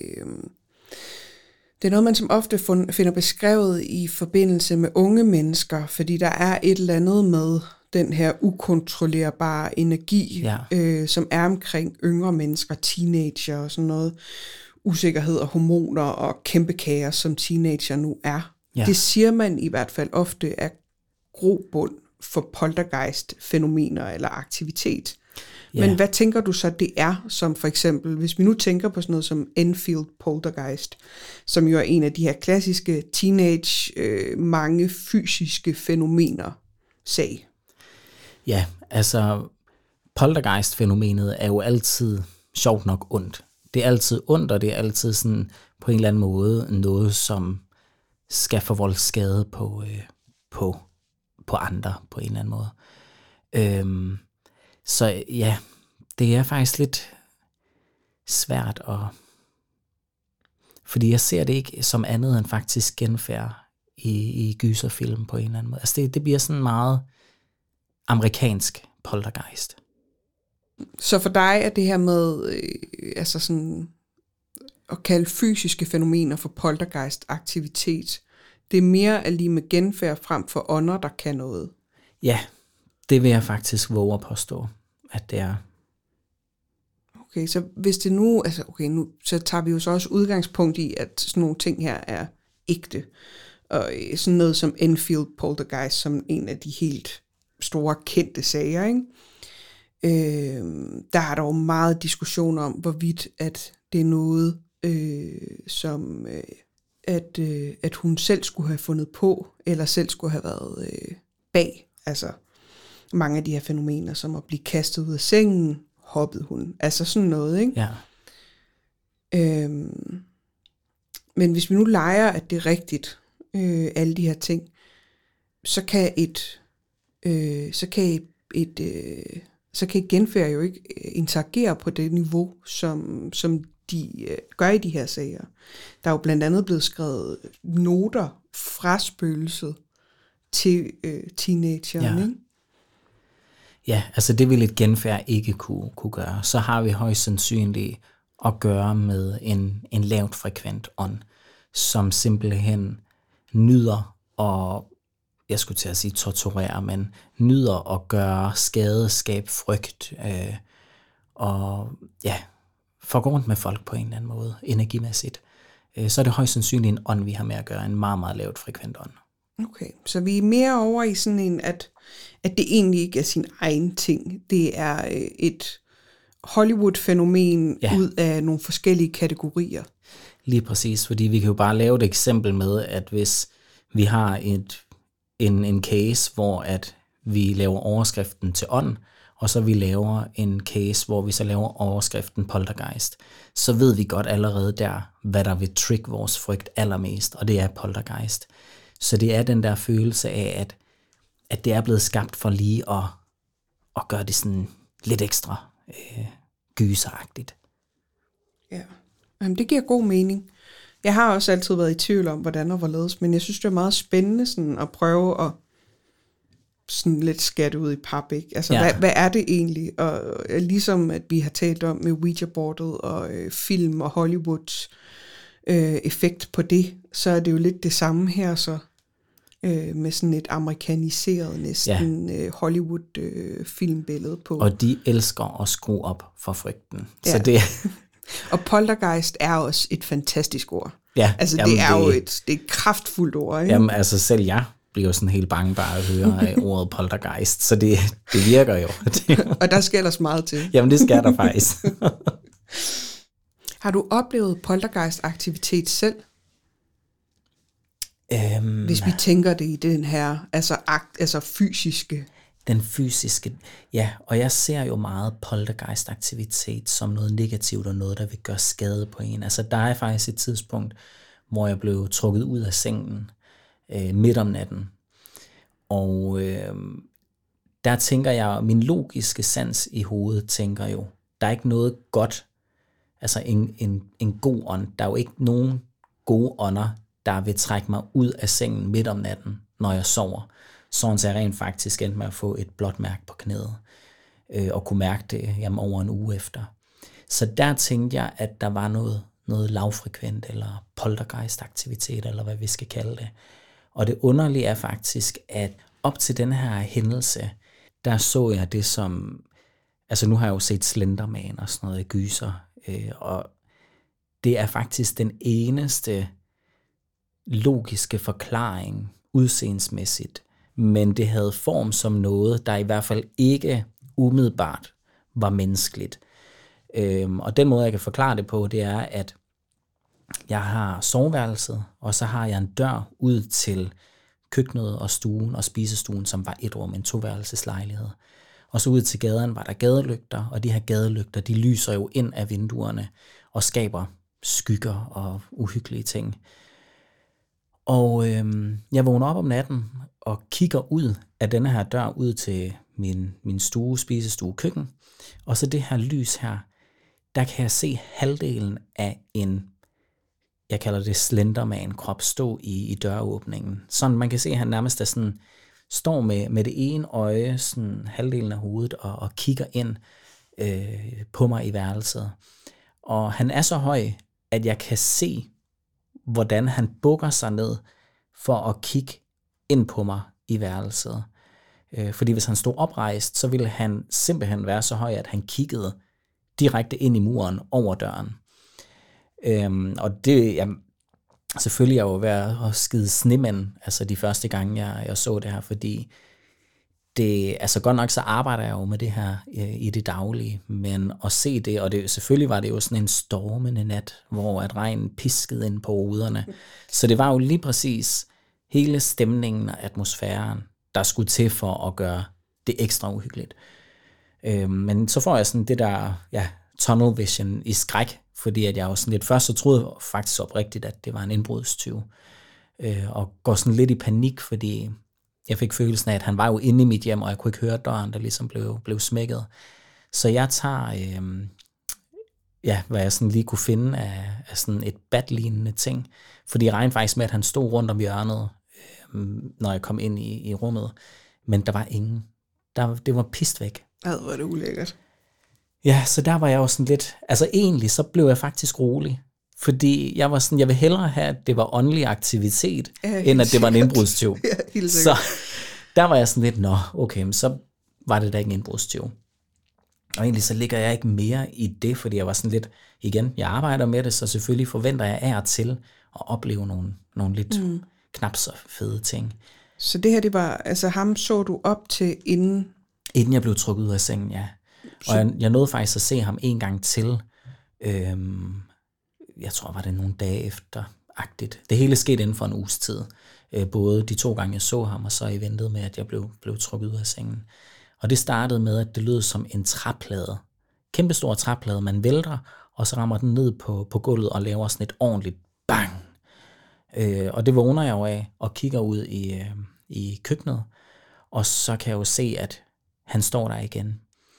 Det er noget, man som ofte finder beskrevet i forbindelse med unge mennesker, fordi der er et eller andet med den her ukontrollerbare energi, som er omkring yngre mennesker, teenager og sådan noget, usikkerhed og hormoner og kæmpe kaos, som teenager nu er. Ja. Det siger man i hvert fald ofte er grobund for poltergeist-fænomener eller aktivitet. Ja. Men hvad tænker du så, det er, som for eksempel, hvis vi nu tænker på sådan noget som Enfield Poltergeist, som jo er en af de her klassiske teenage, mange fysiske fænomener sag? Ja, altså poltergeist-fænomenet er jo altid sjovt nok ondt. Det er altid ondt, og det er altid sådan på en eller anden måde noget, som skal forvolde skade på andre på en eller anden måde. Så ja, det er faktisk lidt svært fordi jeg ser det ikke som andet end faktisk genfærd i gyserfilm på en eller anden måde. Altså det bliver sådan meget amerikansk poltergeist. Så for dig er det her med altså sådan at kalde fysiske fænomener for poltergeist-aktivitet, det er mere lige med genfærd frem for ånder, der kan noget? Ja, det vil jeg faktisk våge at påstå, at det er. Okay, så hvis det nu, nu så tager vi jo så også udgangspunkt i, at sådan nogle ting her er ægte. Og sådan noget som Enfield Poltergeist, som en af de helt store kendte sager, ikke? Der er der jo meget diskussion om, hvorvidt at det er noget, som at hun selv skulle have fundet på, eller selv skulle have været bag. Altså mange af de her fænomener, som at blive kastet ud af sengen, hoppede hun. Altså sådan noget, ikke? Ja. Men hvis vi nu leger, at det er rigtigt, alle de her ting, så kan et genfærd jo ikke interagere på det niveau, som de gør i de her sager. Der er jo blandt andet blevet skrevet noter fra spøgelset til teenageren, ikke? Ja, altså det vil et genfærd ikke kunne gøre. Så har vi højst sandsynligt at gøre med en lavt frekvent ånd, som simpelthen nyder og, jeg skulle til at sige torturere, men nyder at gøre skade, skabe frygt, og ja, får rundt med folk på en eller anden måde, energimæssigt. Så er det højst sandsynligt en ånd, vi har med at gøre, en meget, meget lavt frekvent ånd. Okay, så vi er mere over i sådan en, at det egentlig ikke er sin egen ting. Det er et Hollywood-fænomen ud af nogle forskellige kategorier. Lige præcis, fordi vi kan jo bare lave et eksempel med, at hvis vi har en case, hvor at vi laver overskriften til ånd, og så vi laver en case, hvor vi så laver overskriften poltergeist, så ved vi godt allerede der, hvad der vil trigge vores frygt allermest, og det er poltergeist. Så det er den der følelse af, at det er blevet skabt for lige at gøre det sådan lidt ekstra gyseragtigt. Ja, jamen, det giver god mening. Jeg har også altid været i tvivl om, hvordan og hvorledes, men jeg synes, det er meget spændende sådan at prøve at sådan lidt skatte ud i pap, ikke? Altså, hvad er det egentlig? Og ligesom at vi har talt om med Ouija-boardet og film og Hollywoods effekt på det, så er det jo lidt det samme her så, med sådan et amerikaniseret næsten Hollywood filmbillede på. Og de elsker at skrue op for frygten. Ja. Så det og poltergeist er også et fantastisk ord. Ja, altså det er jo et kraftfuldt ord, ikke? Jamen altså selv jeg bliver jo sådan helt bange bare at høre ordet poltergeist, så det virker jo. Og der skal ellers meget til. Jamen det skal der faktisk. Har du oplevet poltergeist-aktivitet selv? Hvis vi tænker det i den her, altså fysiske. Den fysiske, ja, og jeg ser jo meget poltergeist-aktivitet som noget negativt og noget, der vil gøre skade på en. Altså der er faktisk et tidspunkt, hvor jeg blev trukket ud af sengen midt om natten. Og der tænker jeg, min logiske sans i hovedet tænker jo, der er ikke noget godt, altså en god ånd. Der er jo ikke nogen gode ånder, der vil trække mig ud af sengen midt om natten, når jeg sover. Sådan så jeg rent faktisk endte med at få et blåt mærke på knæet, og kunne mærke det over en uge efter. Så der tænkte jeg, at der var noget lavfrekvent, eller poltergeist-aktivitet, eller hvad vi skal kalde det. Og det underlige er faktisk, at op til den her hændelse, der så jeg det som, altså nu har jeg jo set Slenderman og sådan noget gyser, og det er faktisk den eneste logiske forklaring udseendsmæssigt, men det havde form som noget, der i hvert fald ikke umiddelbart var menneskeligt. Og den måde, jeg kan forklare det på, det er, at jeg har soveværelset, og så har jeg en dør ud til køkkenet og stuen og spisestuen, som var et rum, en toværelseslejlighed. Og så ud til gaden var der gadelygter, og de her gadelygter, de lyser jo ind af vinduerne og skaber skygger og uhyggelige ting. Og jeg vågner op om natten og kigger ud af denne her dør ud til min stue, spisestue, køkken. Og så det her lys her, der kan jeg se halvdelen af jeg kalder det Slenderman-krop, stå i døråbningen. Sådan man kan se, at han nærmest er sådan, står med det ene øje, sådan halvdelen af hovedet, og kigger ind på mig i værelset. Og han er så høj, at jeg kan se, hvordan han bukker sig ned for at kigge ind på mig i værelset. Fordi hvis han stod oprejst, så ville han simpelthen være så høj, at han kiggede direkte ind i muren over døren. Og det, selvfølgelig er jeg jo ved at skide snemænd, altså de første gange, jeg så det her, fordi det, altså godt nok så arbejder jeg jo med det her i det daglige, men at se det, og det, selvfølgelig var det jo sådan en stormende nat, hvor at regnen piskede ind på ruderne, så det var jo lige præcis hele stemningen og atmosfæren, der skulle til for at gøre det ekstra uhyggeligt. Men så får jeg sådan det der, tunnel vision i skræk, fordi at jeg jo sådan lidt først så troede jeg faktisk oprigtigt, at det var en indbrudstyv, og går sådan lidt i panik, fordi jeg fik følelsen af, at han var jo inde i mit hjem, og jeg kunne ikke høre døren, der ligesom blev smækket. Så jeg tager, hvad jeg sådan lige kunne finde af sådan et bat-lignende ting, fordi jeg regnede faktisk med, at han stod rundt om hjørnet, når jeg kom ind i rummet, men der var ingen. Det var pist væk. Hvor er det ulækkert. Ja, så der var jeg jo sådan lidt, altså egentlig så blev jeg faktisk rolig, fordi jeg var sådan, jeg vil hellere have, at det var åndelig aktivitet, end at det var en indbrudstyv. Ja, helt så der var jeg sådan lidt, okay, så var det da ikke en indbrudstyv. Og egentlig så ligger jeg ikke mere i det, fordi jeg var sådan lidt, igen, jeg arbejder med det, så selvfølgelig forventer jeg af og til at opleve nogle lidt knap så fede ting. Så det her, det var, altså ham så du op til inden? Inden jeg blev trukket ud af sengen, ja. Og jeg nåede faktisk at se ham en gang til. Jeg tror, var det nogle dage efter-agtigt. Det hele skete inden for en uges tid. Både de 2 gange, jeg så ham, og så i ventet med, at jeg blev trukket ud af sengen. Og det startede med, at det lød som en træplade. Kæmpestor træplade, man vælter, og så rammer den ned på gulvet og laver sådan et ordentligt bang. Og det vågner jeg jo af, og kigger ud i køkkenet. Og så kan jeg jo se, at han står der igen.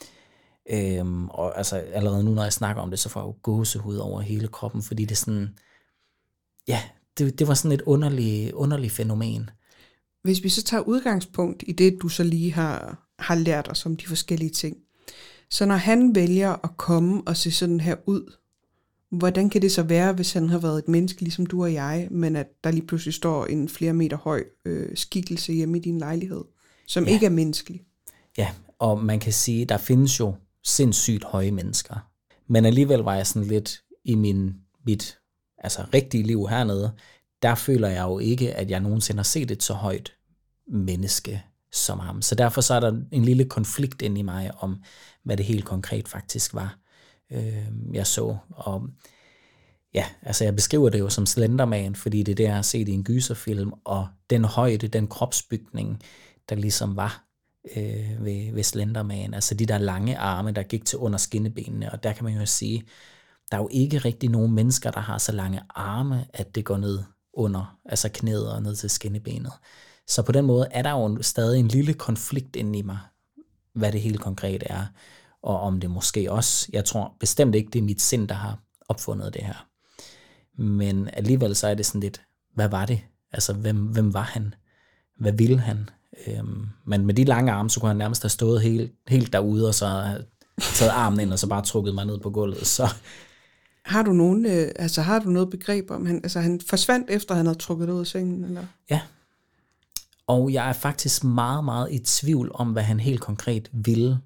Og altså allerede nu, når jeg snakker om det, så får jeg jo gåsehud over hele kroppen, fordi det er sådan, ja, det var sådan et underligt fænomen. Hvis vi så tager udgangspunkt i det, du så lige har lært os om de forskellige ting, så når han vælger at komme og se sådan her ud, hvordan kan det så være, hvis han har været et menneske ligesom du og jeg, men at der lige pludselig står en flere meter høj skikkelse hjemme i din lejlighed, som ikke er menneskelig? Ja, og man kan sige, der findes jo sindssygt høje mennesker. Men alligevel var jeg sådan lidt i mit altså rigtige liv hernede, der føler jeg jo ikke, at jeg nogensinde har set et så højt menneske som ham. Så derfor så er der en lille konflikt inde i mig om, hvad det helt konkret faktisk var, jeg så. Og ja, altså jeg beskriver det jo som Slenderman, fordi det er det, jeg har set i en gyserfilm, og den højde, den kropsbygning, der ligesom var ved Slenderman, altså de der lange arme, der gik til under skinnebenene, og der kan man jo sige, der er jo ikke rigtig nogen mennesker, der har så lange arme, at det går ned under, altså knæet og ned til skinnebenet. Så på den måde er der jo stadig en lille konflikt inde i mig, hvad det helt konkret er, og om det måske også, jeg tror bestemt ikke, det er mit sind, der har opfundet det her. Men alligevel så er det sådan lidt, hvad var det? Altså, hvem var han? Hvad ville han? Men med de lange arme, så kunne han nærmest have stået helt derude, og så have taget armen ind, og så bare trukket mig ned på gulvet. Så. Har du noget begreb om, han forsvandt efter, han havde trukket ud af sengen? Eller? Ja, og jeg er faktisk meget, meget i tvivl om, hvad han helt konkret ville.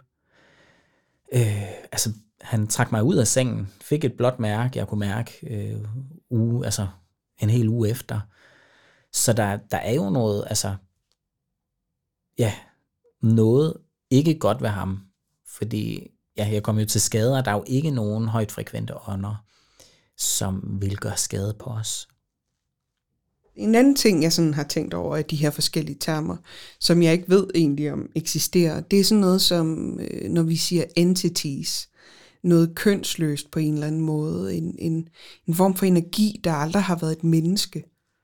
Han trak mig ud af sengen, fik et blåt mærke, jeg kunne mærke en hel uge efter. Så der er jo noget, noget ikke godt ved ham, fordi jeg kom jo til skade, og der er jo ikke nogen højt frekvente ånder, som vil gøre skade på os. En anden ting, jeg sådan har tænkt over af de her forskellige termer, som jeg ikke ved egentlig om eksisterer, det er sådan noget som, når vi siger entities, noget kønsløst på en eller anden måde, en form for energi, der aldrig har været et menneske.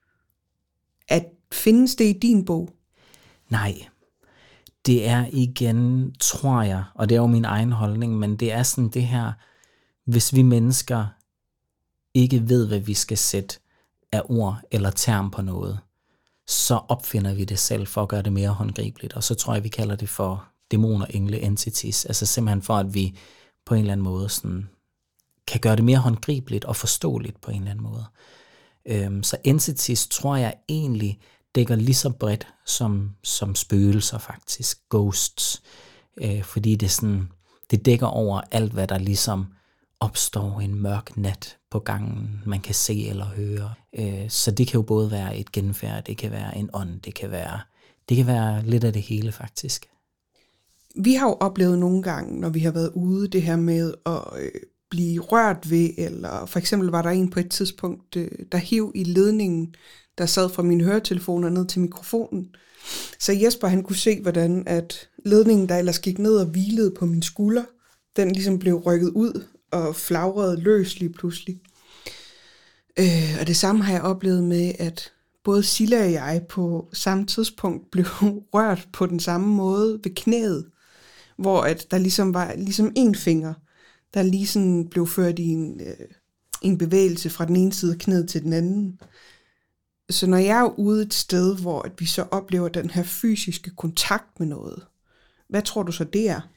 Findes det i din bog? Nej, det er igen, tror jeg, og det er jo min egen holdning, men det er sådan det her, hvis vi mennesker ikke ved, hvad vi skal sætte af ord eller term på noget, så opfinder vi det selv for at gøre det mere håndgribeligt, og så tror jeg, vi kalder det for dæmoner, engle, entities, altså simpelthen for, at vi på en eller anden måde sådan, kan gøre det mere håndgribeligt og forståeligt på en eller anden måde. Så entities tror jeg egentlig dækker lige så bredt som spøgelser faktisk, ghosts, fordi det dækker over alt, hvad der ligesom opstår en mørk nat på gangen, man kan se eller høre. Så det kan jo både være et genfærd, det kan være en ånd, det kan være lidt af det hele faktisk. Vi har jo oplevet nogle gange, når vi har været ude, det her med at blive rørt ved, eller for eksempel var der en på et tidspunkt, der hev i ledningen, der sad fra mine høretelefoner ned til mikrofonen. Så Jesper, han kunne se, hvordan at ledningen, der ellers gik ned og hvilede på min skulder, den ligesom blev rykket ud og flagrede løs lige pludselig. Og det samme har jeg oplevet med, at både Silla og jeg på samme tidspunkt blev rørt på den samme måde ved knæet, hvor at der ligesom var en finger, der lige sådan blev ført i en bevægelse fra den ene side af knæet til den anden. Så når jeg er ude et sted, hvor at vi så oplever den her fysiske kontakt med noget, Hvad tror du så, det er?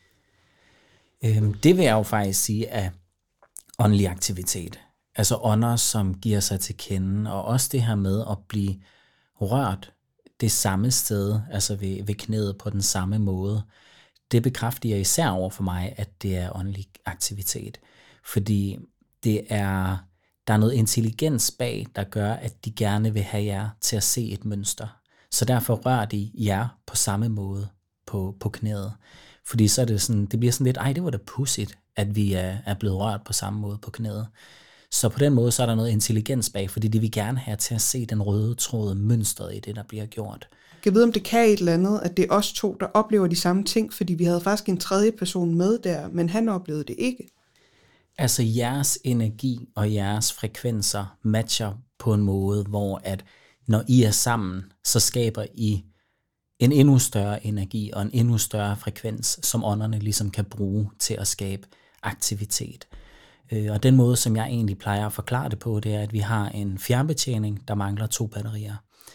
Det vil jeg jo faktisk sige er åndelig aktivitet. Altså ånder, som giver sig til kende, og også det her med at blive rørt det samme sted, altså ved knæet på den samme måde. Det bekræfter især over for mig, at det er åndelig aktivitet. Fordi der er noget intelligens bag, der gør, at de gerne vil have jer til at se et mønster. Så derfor rører de jer på samme måde på knæet. Fordi så er det sådan, det bliver sådan lidt, det var da pudsigt, at vi er blevet rørt på samme måde på knæet. Så på den måde, så er der noget intelligens bag, fordi de vil gerne have til at se den røde tråd mønstret i det, der bliver gjort. Jeg ved, om det kan et eller andet, at det er os to, der oplever de samme ting, fordi vi havde faktisk en tredje person med der, men han oplevede det ikke. Altså jeres energi og jeres frekvenser matcher på en måde, hvor at når I er sammen, så skaber I en endnu større energi og en endnu større frekvens, som ånderne ligesom kan bruge til at skabe aktivitet. Og den måde, som jeg egentlig plejer at forklare det på, det er, at vi har en fjernbetjening, der mangler 2 batterier.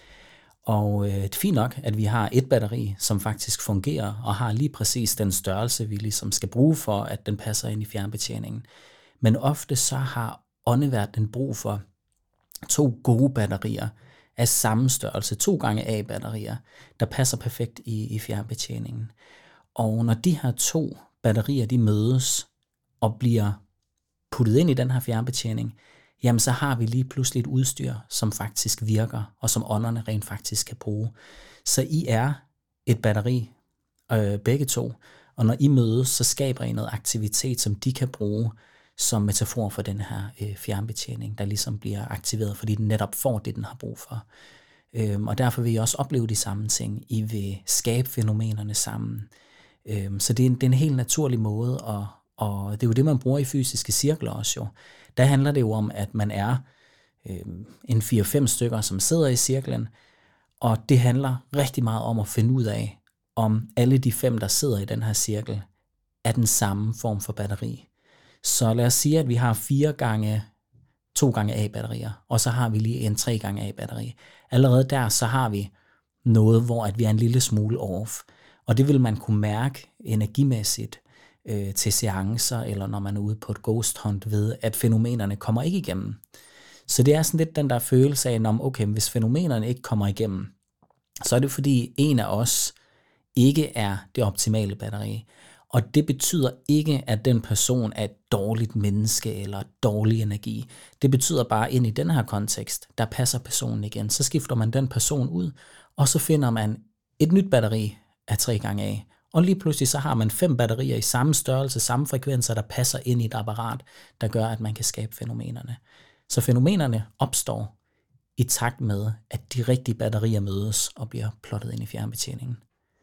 Og det er fint nok, at vi har et batteri, som faktisk fungerer og har lige præcis den størrelse, vi ligesom skal bruge for, at den passer ind i fjernbetjeningen. Men ofte så har åndeverdenen brug for 2 gode batterier af samme størrelse, 2 gange A-batterier, der passer perfekt i fjernbetjeningen. Og når de her 2 batterier, de mødes og bliver puttet ind i den her fjernbetjening, jamen så har vi lige pludselig et udstyr, som faktisk virker, og som ånderne rent faktisk kan bruge. Så I er et batteri, begge 2, og når I mødes, så skaber I noget aktivitet, som de kan bruge som metafor for den her fjernbetjening, der ligesom bliver aktiveret, fordi den netop får det, den har brug for. Og derfor vil I også opleve de samme ting. I vil skabe fænomenerne sammen. Så det er en helt naturlig måde, og det er jo det, man bruger i fysiske cirkler også jo. Der handler det jo om, at man er en 4-5 stykker, som sidder i cirklen, og det handler rigtig meget om at finde ud af, om alle de 5, der sidder i den her cirkel, er den samme form for batteri. Så lad os sige, at vi har 2 gange A-batterier, og så har vi lige en 3 gange A-batteri. Allerede der, så har vi noget, hvor at vi er en lille smule off. Og det vil man kunne mærke energimæssigt til seancer, eller når man er ude på et ghost hunt, ved at fænomenerne kommer ikke igennem. Så det er sådan lidt den der følelse af, okay, hvis fænomenerne ikke kommer igennem, så er det fordi en af os ikke er det optimale batteri. Og det betyder ikke, at den person er et dårligt menneske eller dårlig energi. Det betyder bare, ind i den her kontekst, der passer personen igen. Så skifter man den person ud, og så finder man et nyt batteri af 3 gange A. Og lige pludselig så har man 5 batterier i samme størrelse, samme frekvenser, der passer ind i et apparat, der gør, at man kan skabe fænomenerne. Så fænomenerne opstår i takt med, at de rigtige batterier mødes og bliver plottet ind i fjernbetjeningen.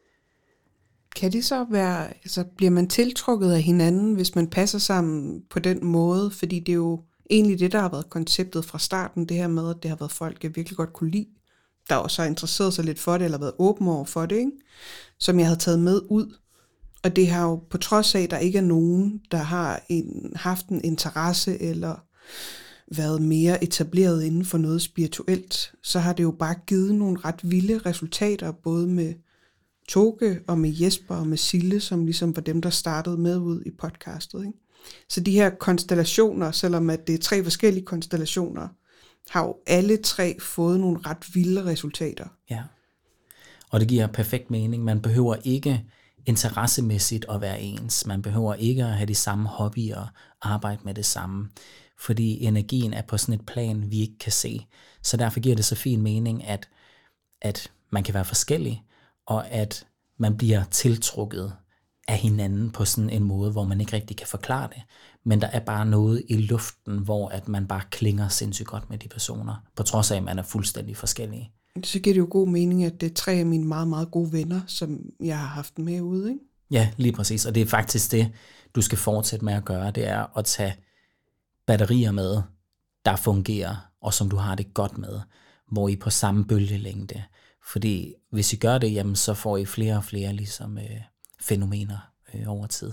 Kan det så være, altså bliver man tiltrukket af hinanden, hvis man passer sammen på den måde? Fordi det er jo egentlig det, der har været konceptet fra starten, det her med, at det har været folk, jeg virkelig godt kunne lide, der også har interesseret sig lidt for det, eller været åbne over for det, ikke? Som jeg havde taget med ud. Og det har jo, på trods af, at der ikke er nogen, der har haft en interesse, eller været mere etableret inden for noget spirituelt, så har det jo bare givet nogle ret vilde resultater, både med Toke og med Jesper og med Sille, som ligesom var dem, der startede med ud i podcastet, ikke? Så de her konstellationer, selvom at det er 3 forskellige konstellationer, har jo alle 3 fået nogle ret vilde resultater. Ja, og det giver perfekt mening. Man behøver ikke interessemæssigt at være ens. Man behøver ikke at have de samme hobbyer og arbejde med det samme, fordi energien er på sådan et plan, vi ikke kan se. Så derfor giver det så fin mening, at man kan være forskellig, og at man bliver tiltrukket af hinanden på sådan en måde, hvor man ikke rigtig kan forklare det. Men der er bare noget i luften, hvor at man bare klinger sindssygt godt med de personer, på trods af, at man er fuldstændig forskellige. Så giver det jo god mening, at det er 3 af mine meget, meget gode venner, som jeg har haft med ude, ikke? Ja, lige præcis. Og det er faktisk det, du skal fortsætte med at gøre. Det er at tage batterier med, der fungerer, og som du har det godt med, hvor I er på samme bølgelængde. Fordi hvis I gør det, jamen, så får I flere og flere ligesom, fænomener over tid.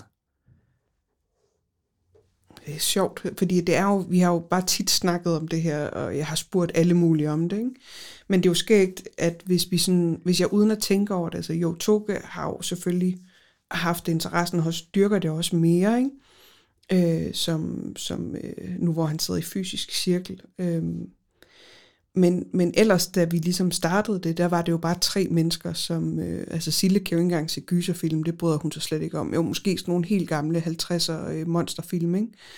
Det er sjovt, fordi det er jo, vi har jo bare tit snakket om det her, og jeg har spurgt alle mulige om det, ikke? Men det er jo skægt, at hvis jeg uden at tænke over det, altså jo, Toke har jo selvfølgelig haft interessen hos, dyrker det også mere, ikke? Nu hvor han sidder i fysisk cirkel. Men ellers, da vi ligesom startede det, der var det jo bare 3 mennesker, som... altså Sille kan jo ikke engang se gyserfilm, det bryder hun så slet ikke om. Jo, måske sådan nogle helt gamle 50'er monsterfilm,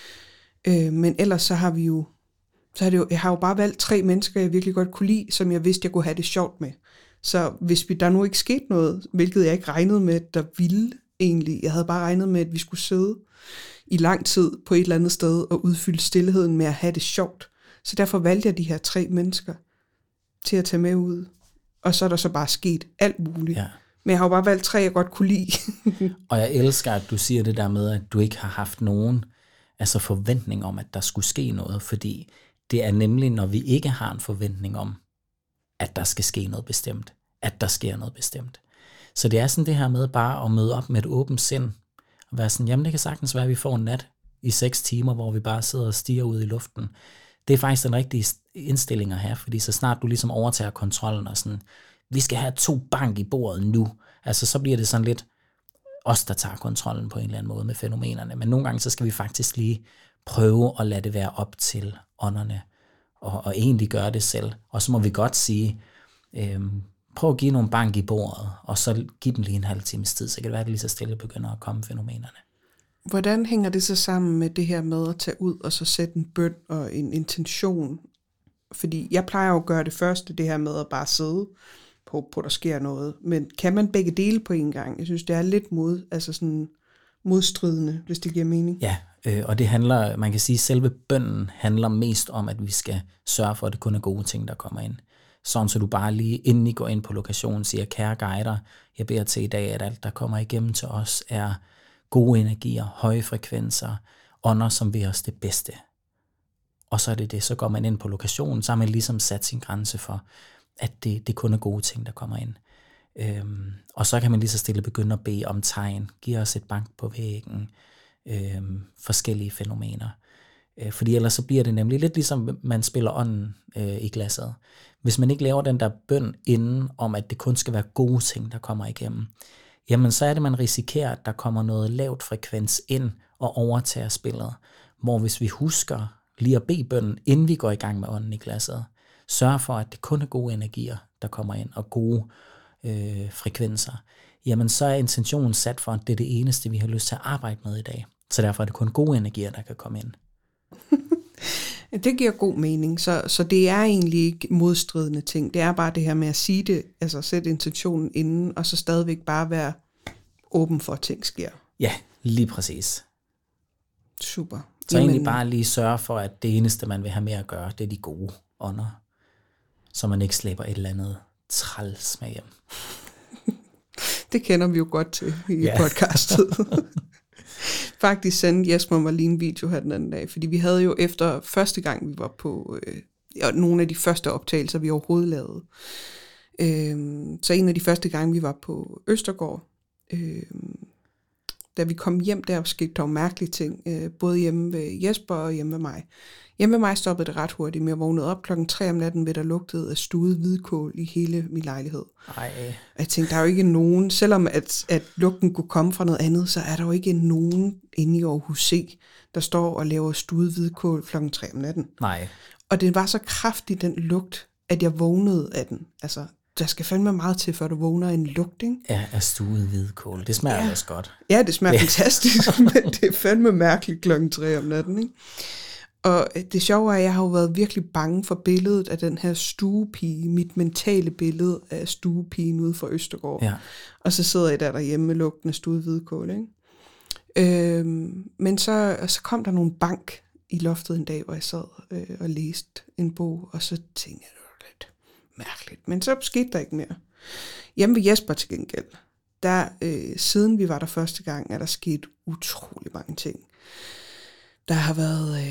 ikke? Men ellers så har vi jo... jeg har jo bare valgt 3 mennesker, jeg virkelig godt kunne lide, som jeg vidste, jeg kunne have det sjovt med. Så hvis der nu ikke skete noget, hvilket jeg ikke regnede med, der ville egentlig. Jeg havde bare regnet med, at vi skulle sidde i lang tid på et eller andet sted og udfylde stillheden med at have det sjovt. Så derfor valgte jeg de her 3 mennesker til at tage med ud. Og så er der så bare sket alt muligt. Ja. Men jeg har jo bare valgt 3, jeg godt kunne lide. Og jeg elsker, at du siger det der med, at du ikke har haft nogen forventning om, at der skulle ske noget. Fordi det er nemlig, når vi ikke har en forventning om, at der skal ske noget bestemt. At der sker noget bestemt. Så det er sådan det her med bare at møde op med et åbent sind. Og være sådan, jamen det kan sagtens være, at vi får en nat i 6 timer, hvor vi bare sidder og stiger ud i luften. Det er faktisk den rigtige indstilling at have, fordi så snart du ligesom overtager kontrollen og sådan, vi skal have 2 bank i bordet nu, altså så bliver det sådan lidt os, der tager kontrollen på en eller anden måde med fænomenerne, men nogle gange så skal vi faktisk lige prøve at lade det være op til ånderne, og egentlig gøre det selv, og så må vi godt sige, prøv at give nogle bank i bordet, og så giv dem lige en halv times tid, så kan det være, at det lige så stille begynder at komme fænomenerne. Hvordan hænger det så sammen med det her med at tage ud og så sætte en bøn og en intention? Fordi jeg plejer jo at gøre det første, det her med at bare sidde på der sker noget. Men kan man begge dele på en gang? Jeg synes, det er lidt modstridende, hvis det giver mening. Ja, og det handler, man kan sige, selve bønnen handler mest om, at vi skal sørge for, at det kun er gode ting, der kommer ind. Sådan så du bare lige, inden I går ind på lokationen, siger, kære guider, jeg beder til i dag, at alt, der kommer igennem til os, er gode energier, høje frekvenser, ånder, som vil os det bedste. Og så er det, så går man ind på lokationen, så har man ligesom sat sin grænse for, at det kun er gode ting, der kommer ind. Og så kan man lige så stille begynde at bede om tegn, give os et bank på væggen, forskellige fænomener. Fordi ellers så bliver det nemlig lidt ligesom, man spiller ånden i glasset. Hvis man ikke laver den der bøn inden om, at det kun skal være gode ting, der kommer igennem, jamen så er det, man risikerer, at der kommer noget lavt frekvens ind og overtager spillet. Hvor hvis vi husker lige at bede bønnen, inden vi går i gang med ånden i glasset, sørger for, at det kun er gode energier, der kommer ind, og gode frekvenser, jamen så er intentionen sat for, at det er det eneste, vi har lyst til at arbejde med i dag. Så derfor er det kun gode energier, der kan komme ind. Det giver god mening, så det er egentlig ikke modstridende ting. Det er bare det her med at sige det, altså sætte intentionen inden, og så stadigvæk bare være åben for, at ting sker. Ja, lige præcis. Super. Så egentlig bare lige sørge for, at det eneste, man vil have med at gøre, det er de gode ånder, så man ikke slæber et eller andet træls med hjem. Det kender vi jo godt til i podcastet. Faktisk sendte Jesper mig lige en video her den anden dag, fordi vi havde jo efter første gang, vi var på nogle af de første optagelser, vi overhovedet lavede. Så en af de første gange, vi var på Østergaard, da vi kom hjem, der skete der jo mærkelige ting, både hjemme ved Jesper og hjemme ved mig. Hjemme ved mig stoppede det ret hurtigt, men jeg vågnede op 3:00 om natten, ved der lugtede af stuet hvidkål i hele min lejlighed. Ej. Jeg tænkte, der er jo ikke nogen, selvom at lugten kunne komme fra noget andet, så er der jo ikke nogen inde i Aarhus C, der står og laver stuet hvidkål 3:00 om natten. Nej. Og det var så kraftig, den lugt, at jeg vågnede af den. Altså, der skal fandme meget til, før du vågner af en lugt, ikke? Ja, af stuet hvidkål. Det smager også godt. Ja, det smager fantastisk, men det er fandme mærkeligt 3:00 om natten, ikke? Og det sjove er, at jeg har jo været virkelig bange for billedet af den her stuepige, mit mentale billede af stuepigen ude fra Østergaard. Ja. Og så sidder jeg derhjemme med lugten af stuet hvidkål, ikke? Men så kom der nogle bank i loftet en dag, hvor jeg sad og læste en bog, og så tænkte jeg, det var lidt mærkeligt. Men så skete der ikke mere. Hjemme ved Jesper til gengæld, der siden vi var der første gang, er der sket utrolig mange ting. Der har været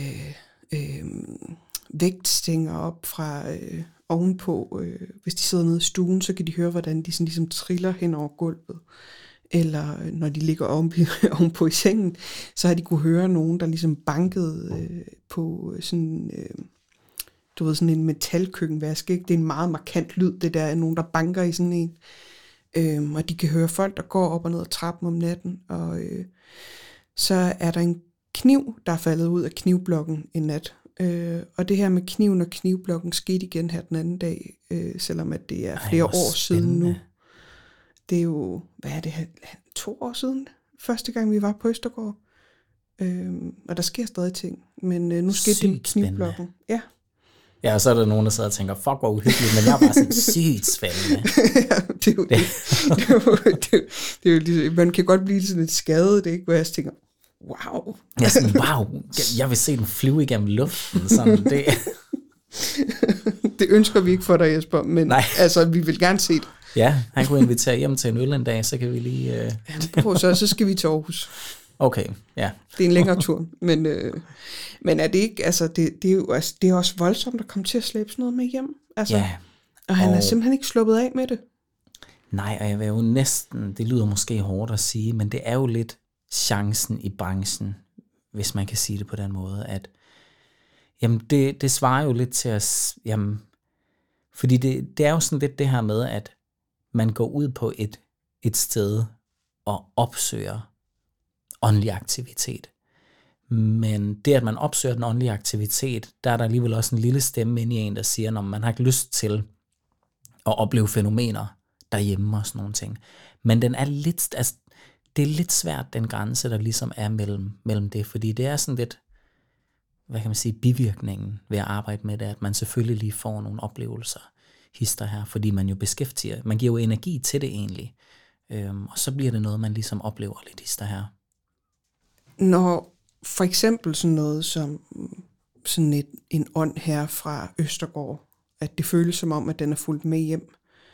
vægtstænger op fra ovenpå. Hvis de sidder nede i stuen, så kan de høre, hvordan de sådan ligesom triller hen over gulvet. Eller når de ligger ovenpå i sengen, så har de kunne høre nogen, der ligesom bankede på sådan, du ved, sådan en metalkøkkenvask. Ikke? Det er en meget markant lyd, det der er nogen, der banker i sådan en. Og de kan høre folk, der går op og ned ad trappen om natten. Og så er der en kniv, der er faldet ud af knivblokken en nat. Og det her med kniven og knivblokken skete igen her den anden dag, selvom at det er flere år siden nu. Det er jo, hvad er det her, 2 år siden, første gang vi var på Østergaard. Og der sker stadig ting, men nu skete det med knivblokken. Ja. Ja, og så er der nogen, der sidder og tænker, fuck, hvor uhyggeligt, men jeg er bare sådan sygt spændende. Ja, det er jo det er jo ligesom, man kan godt blive sådan et skadet, det er ikke, hvor jeg tænker, wow. Ja, sådan, wow, jeg vil se den flyve igennem luften, sådan det. Det ønsker vi ikke for dig, Jesper, men nej. Altså, vi vil gerne se det. Ja, han kunne invitere hjem til en øl en dag, så kan vi lige... Så skal vi til Aarhus. Okay, ja. Det er en længere tur, men er det ikke, altså, det er jo altså, det er også voldsomt at komme til at slæbe sådan noget med hjem. Altså, ja. Og han er simpelthen ikke sluppet af med det. Nej, og jeg vil jo næsten, det lyder måske hårdt at sige, men det er jo lidt chancen i branchen, hvis man kan sige det på den måde, at jamen det svarer jo lidt til at, jamen, fordi det er jo sådan lidt det her med, at man går ud på et sted og opsøger åndelig aktivitet. Men det, at man opsøger den åndelige aktivitet, der er der alligevel også en lille stemme inde i en, der siger, når man har ikke lyst til at opleve fænomener derhjemme og sådan nogle ting. Men den er lidt, altså, det er lidt svært, den grænse, der ligesom er mellem det, fordi det er sådan lidt, hvad kan man sige, bivirkningen ved at arbejde med det, at man selvfølgelig lige får nogle oplevelser, hister her, fordi man jo beskæftiger, man giver jo energi til det egentlig, og så bliver det noget, man ligesom oplever lidt hister her. Når for eksempel sådan noget som sådan en ånd her fra Østergaard, at det føles som om, at den er fulgt med hjem.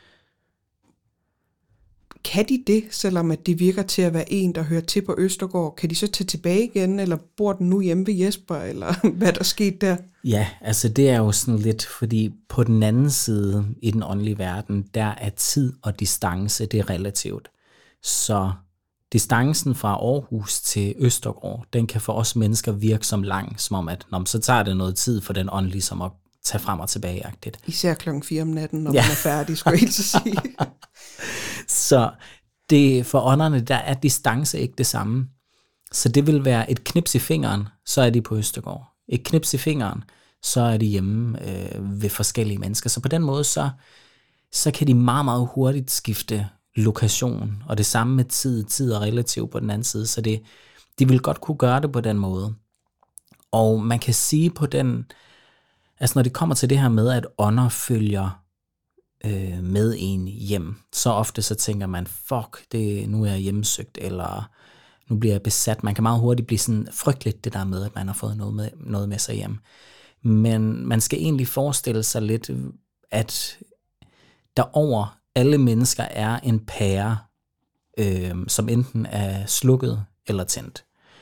Kan de det, selvom at det virker til at være en, der hører til på Østergaard? Kan de så tage tilbage igen, eller bor den nu hjemme ved Jesper, eller hvad der skete der? Ja, altså det er jo sådan lidt, fordi på den anden side i den åndelige verden, der er tid og distance, det er relativt. Så distancen fra Aarhus til Østergaard, den kan for os mennesker virke som lang, som om at så tager det noget tid for den ånd ligesom at tage frem og tilbage-agtigt. Især 4:00 om natten, når man er færdig, skulle jeg helt sige. Så det, for ånderne, der er distance ikke det samme. Så det vil være et knips i fingeren, så er de på Østergaard. Et knips i fingeren, så er de hjemme ved forskellige mennesker. Så på den måde, så kan de meget, meget hurtigt skifte lokation, og det samme med tid er relativt på den anden side, så de vil godt kunne gøre det på den måde. Og man kan sige på den, altså når det kommer til det her med, at ånder følger med en hjem, så ofte så tænker man, fuck, nu er jeg hjemsøgt, eller nu bliver jeg besat. Man kan meget hurtigt blive sådan frygteligt det der med, at man har fået noget med sig hjem. Men man skal egentlig forestille sig lidt, at der over alle mennesker er en pære, som enten er slukket eller tændt.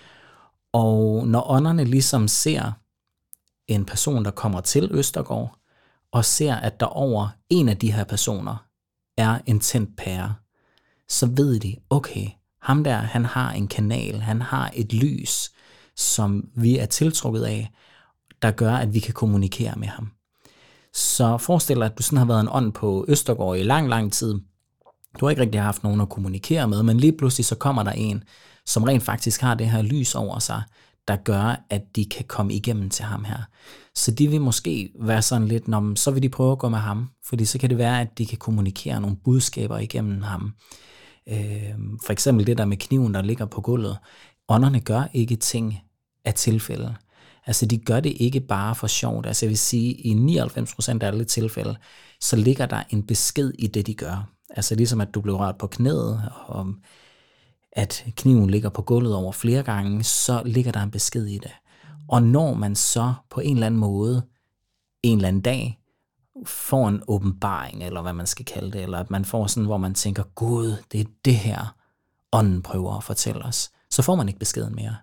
Og når ånderne ligesom ser en person, der kommer til Østergaard, og ser, at der over en af de her personer er en tændt pære, så ved de, okay, ham der, han har en kanal, han har et lys, som vi er tiltrukket af, der gør, at vi kan kommunikere med ham. Så forestil dig, at du sådan har været en ånd på Østergaard i lang, lang tid. Du har ikke rigtig haft nogen at kommunikere med, men lige pludselig så kommer der en, som rent faktisk har det her lys over sig, der gør, at de kan komme igennem til ham her. Så de vil måske være sådan lidt, så vil de prøve at gå med ham, fordi så kan det være, at de kan kommunikere nogle budskaber igennem ham. For eksempel det der med kniven, der ligger på gulvet. Ånderne gør ikke ting af tilfælde. Altså de gør det ikke bare for sjovt. Altså jeg vil sige, i 99% af alle tilfælde, så ligger der en besked i det, de gør. Altså ligesom at du blev rørt på knæet, og at kniven ligger på gulvet over flere gange, så ligger der en besked i det. Og når man så på en eller anden måde, en eller anden dag, får en åbenbaring, eller hvad man skal kalde det, eller at man får sådan, hvor man tænker, Gud, det er det her, ånden prøver at fortælle os, så får man ikke beskeden mere.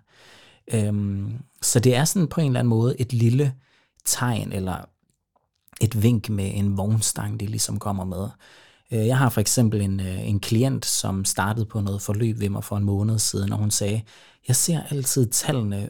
Så det er sådan på en eller anden måde et lille tegn, eller et vink med en vognstang, de ligesom kommer med. Jeg har for eksempel en klient, som startede på noget forløb ved mig for en måned siden, og hun sagde, jeg ser altid tallene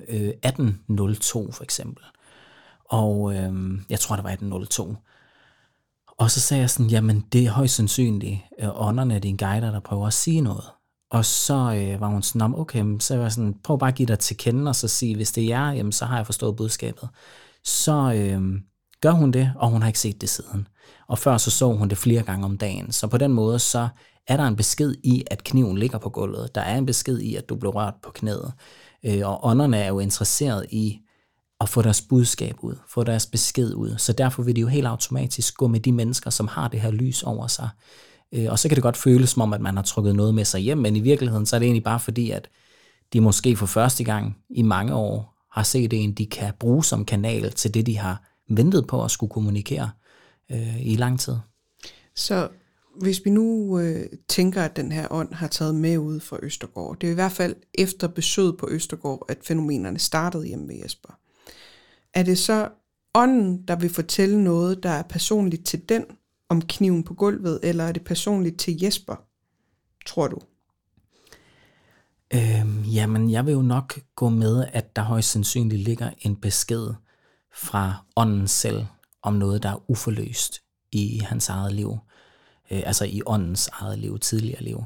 1802 for eksempel. Og jeg tror, det var 1802. Og så sagde jeg sådan, jamen det er højst sandsynligt ånderne, dine guider, der prøver at sige noget. Og så var hun sådan, okay, så var jeg sådan, prøv bare at give dig til kende, og så sige, hvis det er jer, jamen, så har jeg forstået budskabet. Så gør hun det, og hun har ikke set det siden. Og før så hun det flere gange om dagen. Så på den måde, så er der en besked i, at kniven ligger på gulvet. Der er en besked i, at du blev rørt på knæet. Og ånderne er jo interesseret i at få deres budskab ud, få deres besked ud. Så derfor vil de jo helt automatisk gå med de mennesker, som har det her lys over sig. Og så kan det godt føles som om, at man har trukket noget med sig hjem, men i virkeligheden så er det egentlig bare fordi, at de måske for første gang i mange år har set en, de kan bruge som kanal til det, de har ventet på at skulle kommunikere i lang tid. Så hvis vi nu tænker, at den her ånd har taget med ud fra Østergaard, det er i hvert fald efter besøget på Østergaard, at fænomenerne startede hjemme ved Jesper. Er det så ånden, der vil fortælle noget, der er personligt til den, om kniven på gulvet, eller er det personligt til Jesper, tror du? Jamen, jeg vil jo nok gå med, at der højst sandsynligt ligger en besked fra ånden selv, om noget, der er uforløst i hans eget liv. Altså i åndens eget liv, tidligere liv.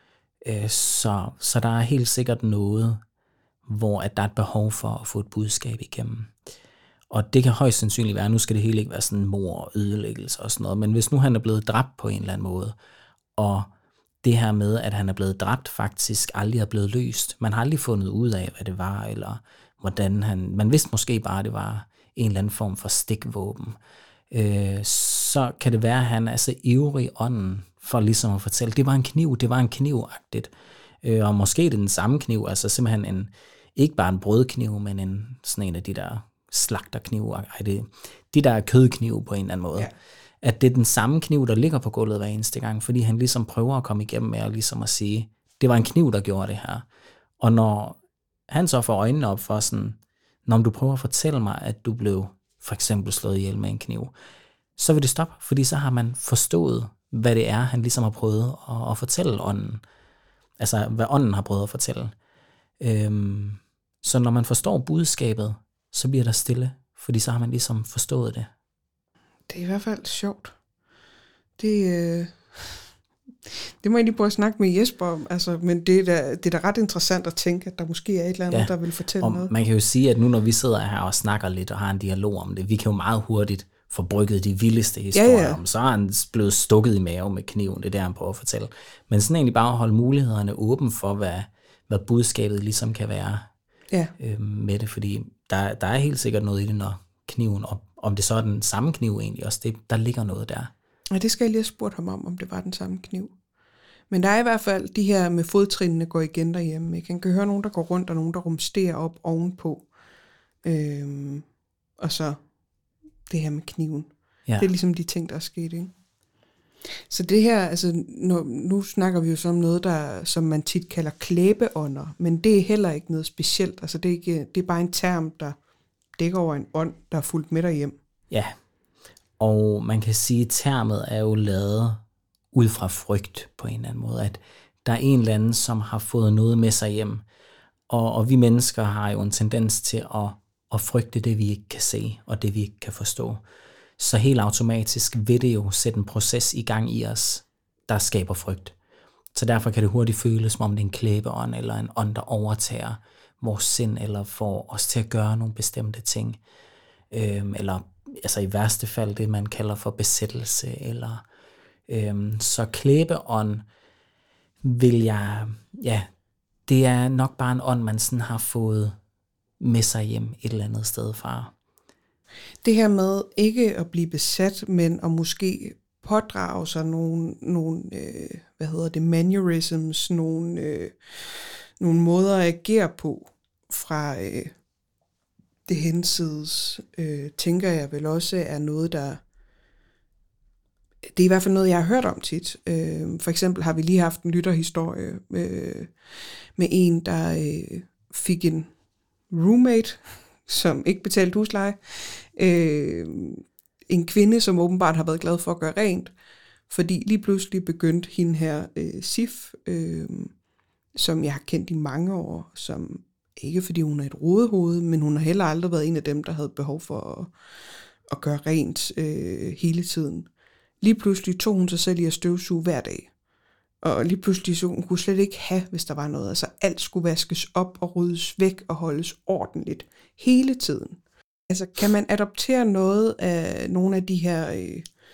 Så der er helt sikkert noget, hvor at der er et behov for at få et budskab igennem. Og det kan højst sandsynligt være, nu skal det hele ikke være sådan mord og ødelæggelse og sådan noget, men hvis nu han er blevet dræbt på en eller anden måde, og det her med, at han er blevet dræbt, faktisk aldrig er blevet løst. Man har aldrig fundet ud af, hvad det var, eller hvordan man vidste måske bare, at det var en eller anden form for stikvåben. Så kan det være, at han er så ivrig ånden for ligesom at fortælle, det var en knivagtigt. Og måske det er den samme kniv, altså simpelthen ikke bare en brødkniv, men sådan en af de der slagterknive, de der kødknive på en eller anden måde. Ja. At det er den samme kniv, der ligger på gulvet hver eneste gang, fordi han ligesom prøver at komme igennem med ligesom at sige, det var en kniv, der gjorde det her. Og når han så får øjnene op for sådan, når du prøver at fortælle mig, at du blev for eksempel slået ihjel med en kniv, så vil det stoppe, fordi så har man forstået, hvad det er, han ligesom har prøvet at fortælle ånden. Altså, hvad ånden har prøvet at fortælle. Så når man forstår budskabet, så bliver der stille, fordi så har man ligesom forstået det. Det er i hvert fald sjovt. Det må jeg lige prøve at snakke med Jesper om, altså, men det er da ret interessant at tænke, at der måske er et eller andet, der vil fortælle noget. Man kan jo sige, at nu når vi sidder her og snakker lidt og har en dialog om det, vi kan jo meget hurtigt få brygget de vildeste historier om. Så er han blevet stukket i maven med kniven, det er der, han prøver at fortælle. Men sådan egentlig bare at holde mulighederne åben for, hvad budskabet ligesom kan være med det, fordi der er helt sikkert noget i det, når kniven, om det så er den samme kniv egentlig også, der ligger noget der. Ja, det skal jeg lige have spurgt ham om det var den samme kniv. Men der er i hvert fald de her med fodtrinene går igen derhjemme. Ikke? Han kan høre nogen, der går rundt, og nogen, der rumsterer op ovenpå. Og så det her med kniven. Ja. Det er ligesom de ting, der er sket, ikke? Så det her, altså nu snakker vi jo så om noget, der, som man tit kalder klæbeånder, men det er heller ikke noget specielt. Altså det er bare en term, der dækker over en ånd, der er fulgt med dig hjem. Ja, og man kan sige, at termet er jo lavet ud fra frygt på en eller anden måde, at der er en eller anden, som har fået noget med sig hjem, og vi mennesker har jo en tendens til at frygte det, vi ikke kan se, og det, vi ikke kan forstå. Så helt automatisk vil det jo sætte en proces i gang i os, der skaber frygt. Så derfor kan det hurtigt føles, som om det er en klæbeånd, eller en ånd, der overtager vores sind, eller får os til at gøre nogle bestemte ting. Eller altså i værste fald det, man kalder for besættelse. Eller, så klæbeånd det er nok bare en ånd, man sådan har fået med sig hjem et eller andet sted fra. Det her med ikke at blive besat, men at måske pådrage sig nogle mannerisms, nogle måder at agere på fra det hensides, tænker jeg vel også er noget, der... Det er i hvert fald noget, jeg har hørt om tit. For eksempel har vi lige haft en lytterhistorie med en, der fik en roommate, som ikke betalte husleje. En kvinde, som åbenbart har været glad for at gøre rent, fordi lige pludselig begyndte hende her Sif, som jeg har kendt i mange år, som ikke fordi hun er et rodehoved, men hun har heller aldrig været en af dem, der havde behov for at gøre rent hele tiden. Lige pludselig tog hun sig selv i at støvsuge hver dag. Og lige pludselig så hun kunne slet ikke have, hvis der var noget. Altså alt skulle vaskes op og ryddes væk og holdes ordentligt hele tiden. Altså kan man adoptere noget af nogle af de her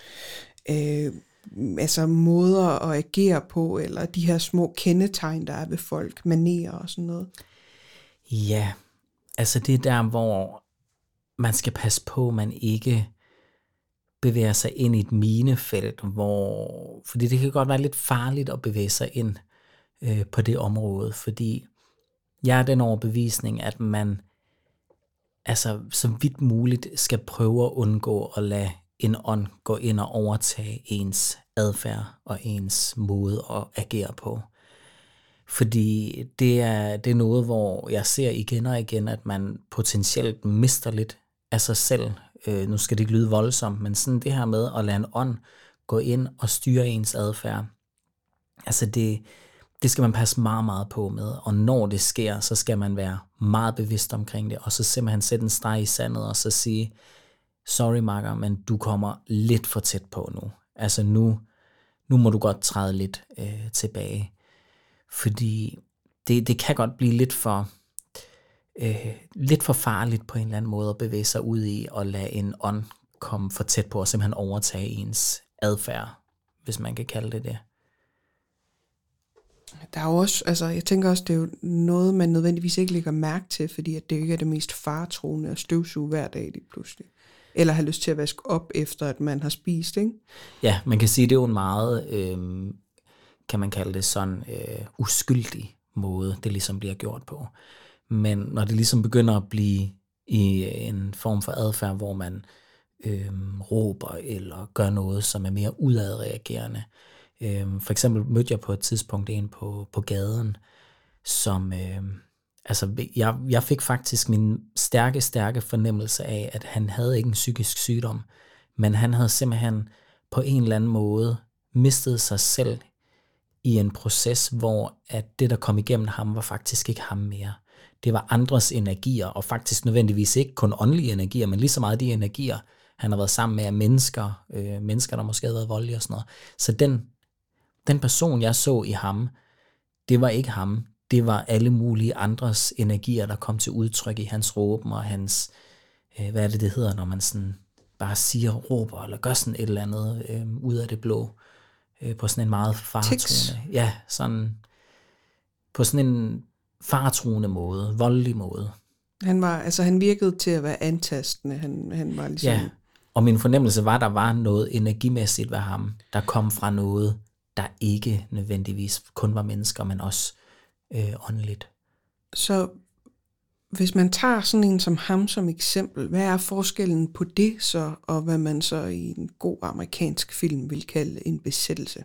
altså måder at agere på, eller de her små kendetegn, der er ved folk, manerer og sådan noget? Ja, altså det er der, hvor man skal passe på, at man ikke bevæger sig ind i et minefelt, fordi det kan godt være lidt farligt at bevæge sig ind på det område, fordi jeg er den overbevisning, at man altså så vidt muligt skal prøve at undgå at lade en ånd gå ind og overtage ens adfærd og ens måde at agere på. Fordi det er noget, hvor jeg ser igen og igen, at man potentielt mister lidt af sig selv. Nu skal det ikke lyde voldsomt, men sådan det her med at lade en ånd gå ind og styre ens adfærd. Altså det skal man passe meget, meget på med. Og når det sker, så skal man være meget bevidst omkring det. Og så simpelthen sætte en streg i sandet og så sige, sorry makker, men du kommer lidt for tæt på nu. Altså nu må du godt træde lidt tilbage. Fordi det kan godt blive lidt for farligt på en eller anden måde at bevæge sig ud i og lade en ånd komme for tæt på og simpelthen overtage ens adfærd, hvis man kan kalde det det. Der er jo også, altså jeg tænker også, det er jo noget, man nødvendigvis ikke lægger mærke til, fordi at det ikke er det mest faretruende at støvsuge hver dag lige pludselig. Eller have lyst til at vaske op efter, at man har spist, ikke? Ja, man kan sige, det er jo en meget, kan man kalde det sådan, uskyldig måde, det ligesom bliver gjort på. Men når det ligesom begynder at blive i en form for adfærd, hvor man råber eller gør noget, som er mere udadreagerende. For eksempel mødte jeg på et tidspunkt en på gaden, som, altså jeg fik faktisk min stærke fornemmelse af, at han havde ikke en psykisk sygdom, men han havde simpelthen på en eller anden måde mistet sig selv i en proces, hvor at det, der kom igennem ham, var faktisk ikke ham mere. Det var andres energier, og faktisk nødvendigvis ikke kun åndelige energier, men lige så meget de energier, han har været sammen med af mennesker, der måske havde været voldelige og sådan noget. Så den person, jeg så i ham, det var ikke ham. Det var alle mulige andres energier, der kom til udtryk i hans råben og hans, hvad er det hedder, når man sådan bare siger, råber eller gør sådan et eller andet ud af det blå, på sådan en meget faretruende. Ja, sådan på sådan en faretruende måde, voldelig måde. Han virkede til at være antastende. Han var ligesom... Ja, og min fornemmelse var, at der var noget energimæssigt ved ham, der kom fra noget, der ikke nødvendigvis kun var mennesker, men også åndeligt. Så hvis man tager sådan en som ham som eksempel, hvad er forskellen på det så, og hvad man så i en god amerikansk film vil kalde en besættelse?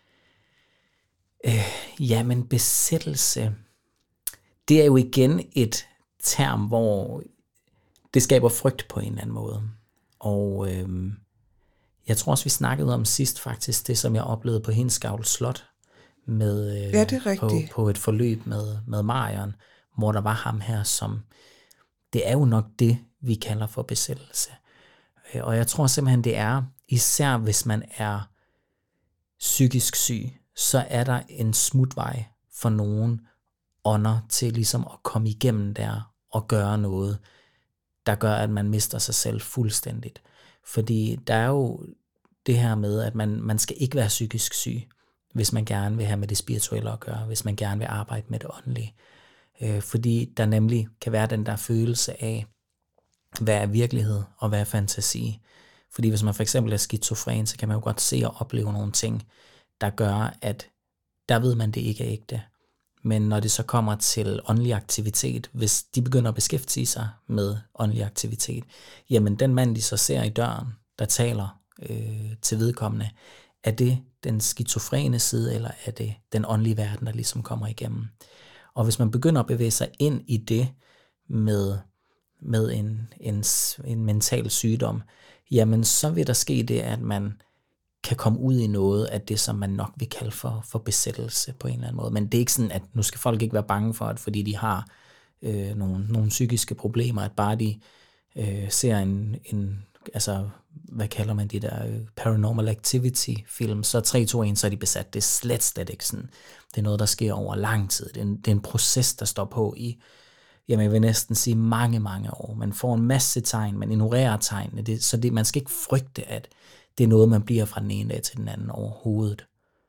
Jamen besættelse, det er jo igen et term, hvor det skaber frygt på en eller anden måde. Og jeg tror også, vi snakkede om sidst faktisk, det som jeg oplevede på Hindsgavl Slot, med, på et forløb med Marion, hvor der var ham her, som, det er jo nok det, vi kalder for besættelse. Og jeg tror simpelthen, det er, især hvis man er psykisk syg, så er der en smutvej for nogen ånder til ligesom at komme igennem der og gøre noget, der gør, at man mister sig selv fuldstændigt. Fordi der er jo det her med, at man skal ikke være psykisk syg, hvis man gerne vil have med det spirituelle at gøre, hvis man gerne vil arbejde med det åndelige. Fordi der nemlig kan være den der følelse af, hvad er virkelighed og hvad er fantasi. Fordi hvis man for eksempel er skizofren, så kan man jo godt se og opleve nogle ting, der gør, at der ved man, det ikke er ægte. Men når det så kommer til åndelig aktivitet, hvis de begynder at beskæftige sig med åndelig aktivitet, jamen den mand, de så ser i døren, der taler til vedkommende, er det den skizofrene side, eller er det den åndelige verden, der ligesom kommer igennem? Og hvis man begynder at bevæge sig ind i det med en mental sygdom, jamen så vil der ske det, at man kan komme ud i noget af det, som man nok vil kalde for besættelse på en eller anden måde. Men det er ikke sådan, at nu skal folk ikke være bange for det, fordi de har nogle psykiske problemer, at bare de ser altså hvad kalder man de der Paranormal Activity film, så 3, 2, 1, så er de besat. Det er slet ikke sådan. Det er noget, der sker over lang tid. Det er en proces, der står på i, jamen jeg vil næsten sige mange, mange år. Man får en masse tegn, man ignorerer tegnene, så man skal ikke frygte, at det er noget, man bliver fra den ene dag til den anden overhovedet.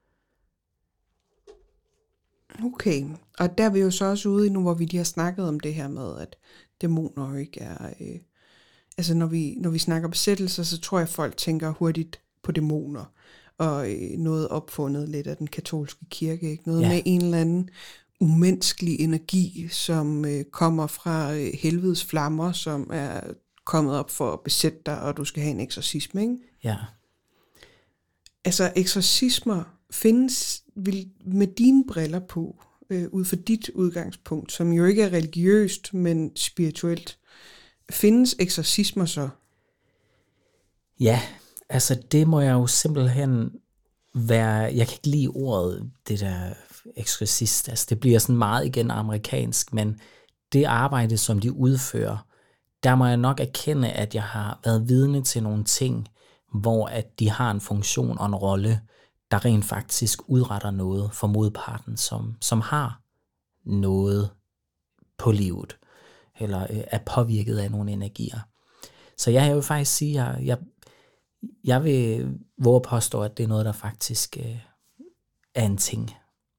Okay, og der er vi jo så også ude i nu, hvor vi lige har snakket om det her med, at dæmoner jo ikke er... altså når vi snakker besættelser, så tror jeg, at folk tænker hurtigt på dæmoner, og noget opfundet lidt af den katolske kirke, ikke? Noget med en eller anden umenneskelig energi, som kommer fra helvedes flammer, som er kommet op for at besætte dig, og du skal have en eksorcisme, ikke? Ja. Altså eksorcismer findes med dine briller på, ud fra dit udgangspunkt, som jo ikke er religiøst, men spirituelt. Findes eksorcismer så? Ja, altså det må jeg jo simpelthen være... Jeg kan ikke lide ordet, det der eksorcist. Altså det bliver sådan meget igen amerikansk, men det arbejde, som de udfører, der må jeg nok erkende, at jeg har været vidne til nogle ting, hvor at de har en funktion og en rolle, der rent faktisk udretter noget for modparten, som har noget på livet, eller er påvirket af nogle energier. Så jeg vil faktisk sige, at jeg vil våge påstå, at det er noget, der faktisk er en ting.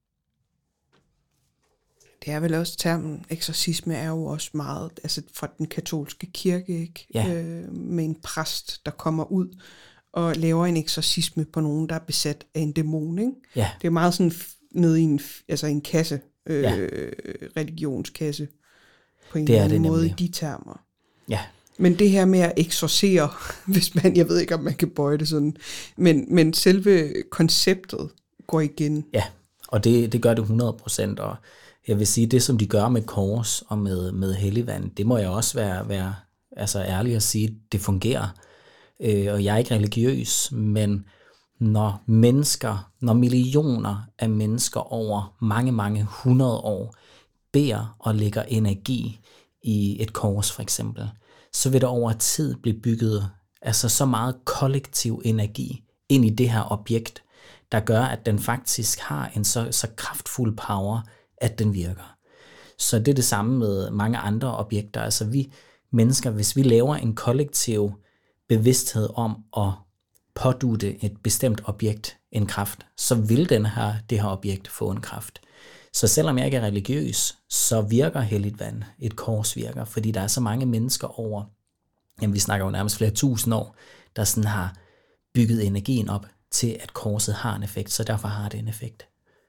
Det er vel også termen, eksorcisme er jo også meget, altså fra den katolske kirke, ikke? Ja. Med en præst, der kommer ud og laver en eksorcisme på nogen, der er besat af en dæmon, ikke? Ja. Det er meget sådan nede i en kasse, religionskasse, på en eller anden måde i de termer. Ja. Men det her med at eksorcere, hvis man, jeg ved ikke, om man kan bøje det sådan, men selve konceptet går igen. Ja, og det gør det 100%, og jeg vil sige, det som de gør med kors og med helligvand, det må jeg også være altså ærlig at sige, det fungerer. Og jeg er ikke religiøs, men når millioner af mennesker over mange, mange 100 år beder og lægger energi i et kors for eksempel, så vil der over tid blive bygget altså så meget kollektiv energi ind i det her objekt, der gør, at den faktisk har en så kraftfuld power, at den virker. Så det er det samme med mange andre objekter. Altså vi mennesker, hvis vi laver en kollektiv bevidsthed om at pådutte et bestemt objekt en kraft, så vil det her objekt få en kraft. Så selvom jeg ikke er religiøs, så virker helligt vand, et kors virker, fordi der er så mange mennesker over, jamen vi snakker jo nærmest flere tusind år, der sådan har bygget energien op til, at korset har en effekt, så derfor har det en effekt.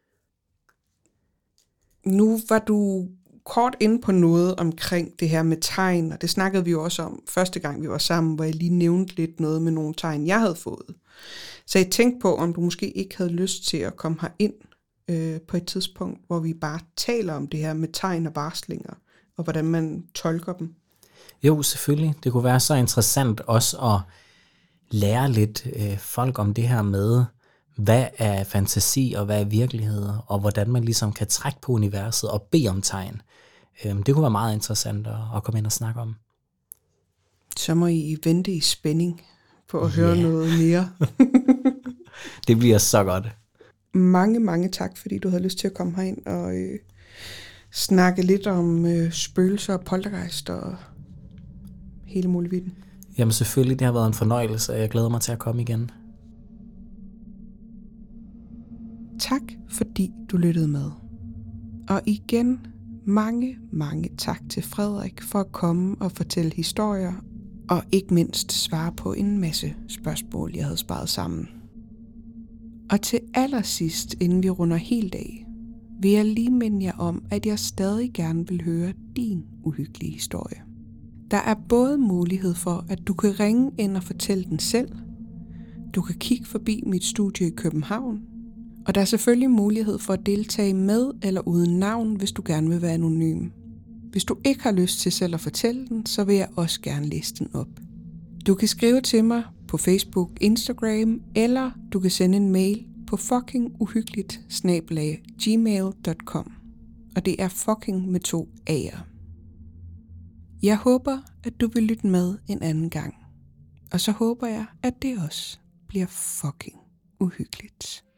Nu var du kort inde på noget omkring det her med tegn, og det snakkede vi jo også om første gang, vi var sammen, hvor jeg lige nævnte lidt noget med nogle tegn, jeg havde fået. Så jeg tænkte på, om du måske ikke havde lyst til at komme herind på et tidspunkt, hvor vi bare taler om det her med tegn og varslinger, og hvordan man tolker dem. Jo, selvfølgelig. Det kunne være så interessant også at lære lidt folk om det her med, hvad er fantasi og hvad er virkelighed, og hvordan man ligesom kan trække på universet og bede om tegn. Det kunne være meget interessant at komme ind og snakke om. Så må I vente i spænding på at høre noget mere. Det bliver så godt. Mange, mange tak, fordi du havde lyst til at komme herind og snakke lidt om spøgelser og poltergeist og hele muligheden. Jamen selvfølgelig, det har været en fornøjelse, og jeg glæder mig til at komme igen. Tak, fordi du lyttede med. Og igen, mange, mange tak til Frederik for at komme og fortælle historier, og ikke mindst svare på en masse spørgsmål, jeg havde sparet sammen. Og til allersidst, inden vi runder helt af, vil jeg lige minde jer om, at jeg stadig gerne vil høre din uhyggelige historie. Der er både mulighed for, at du kan ringe ind og fortælle den selv. Du kan kigge forbi mit studie i København. Og der er selvfølgelig mulighed for at deltage med eller uden navn, hvis du gerne vil være anonym. Hvis du ikke har lyst til selv at fortælle den, så vil jeg også gerne læse den op. Du kan skrive til mig på Facebook, Instagram, eller du kan sende en mail på fuckinguhyggeligt@gmail.com. Og det er fucking med 2 A'er. Jeg håber, at du vil lytte med en anden gang. Og så håber jeg, at det også bliver fucking uhyggeligt.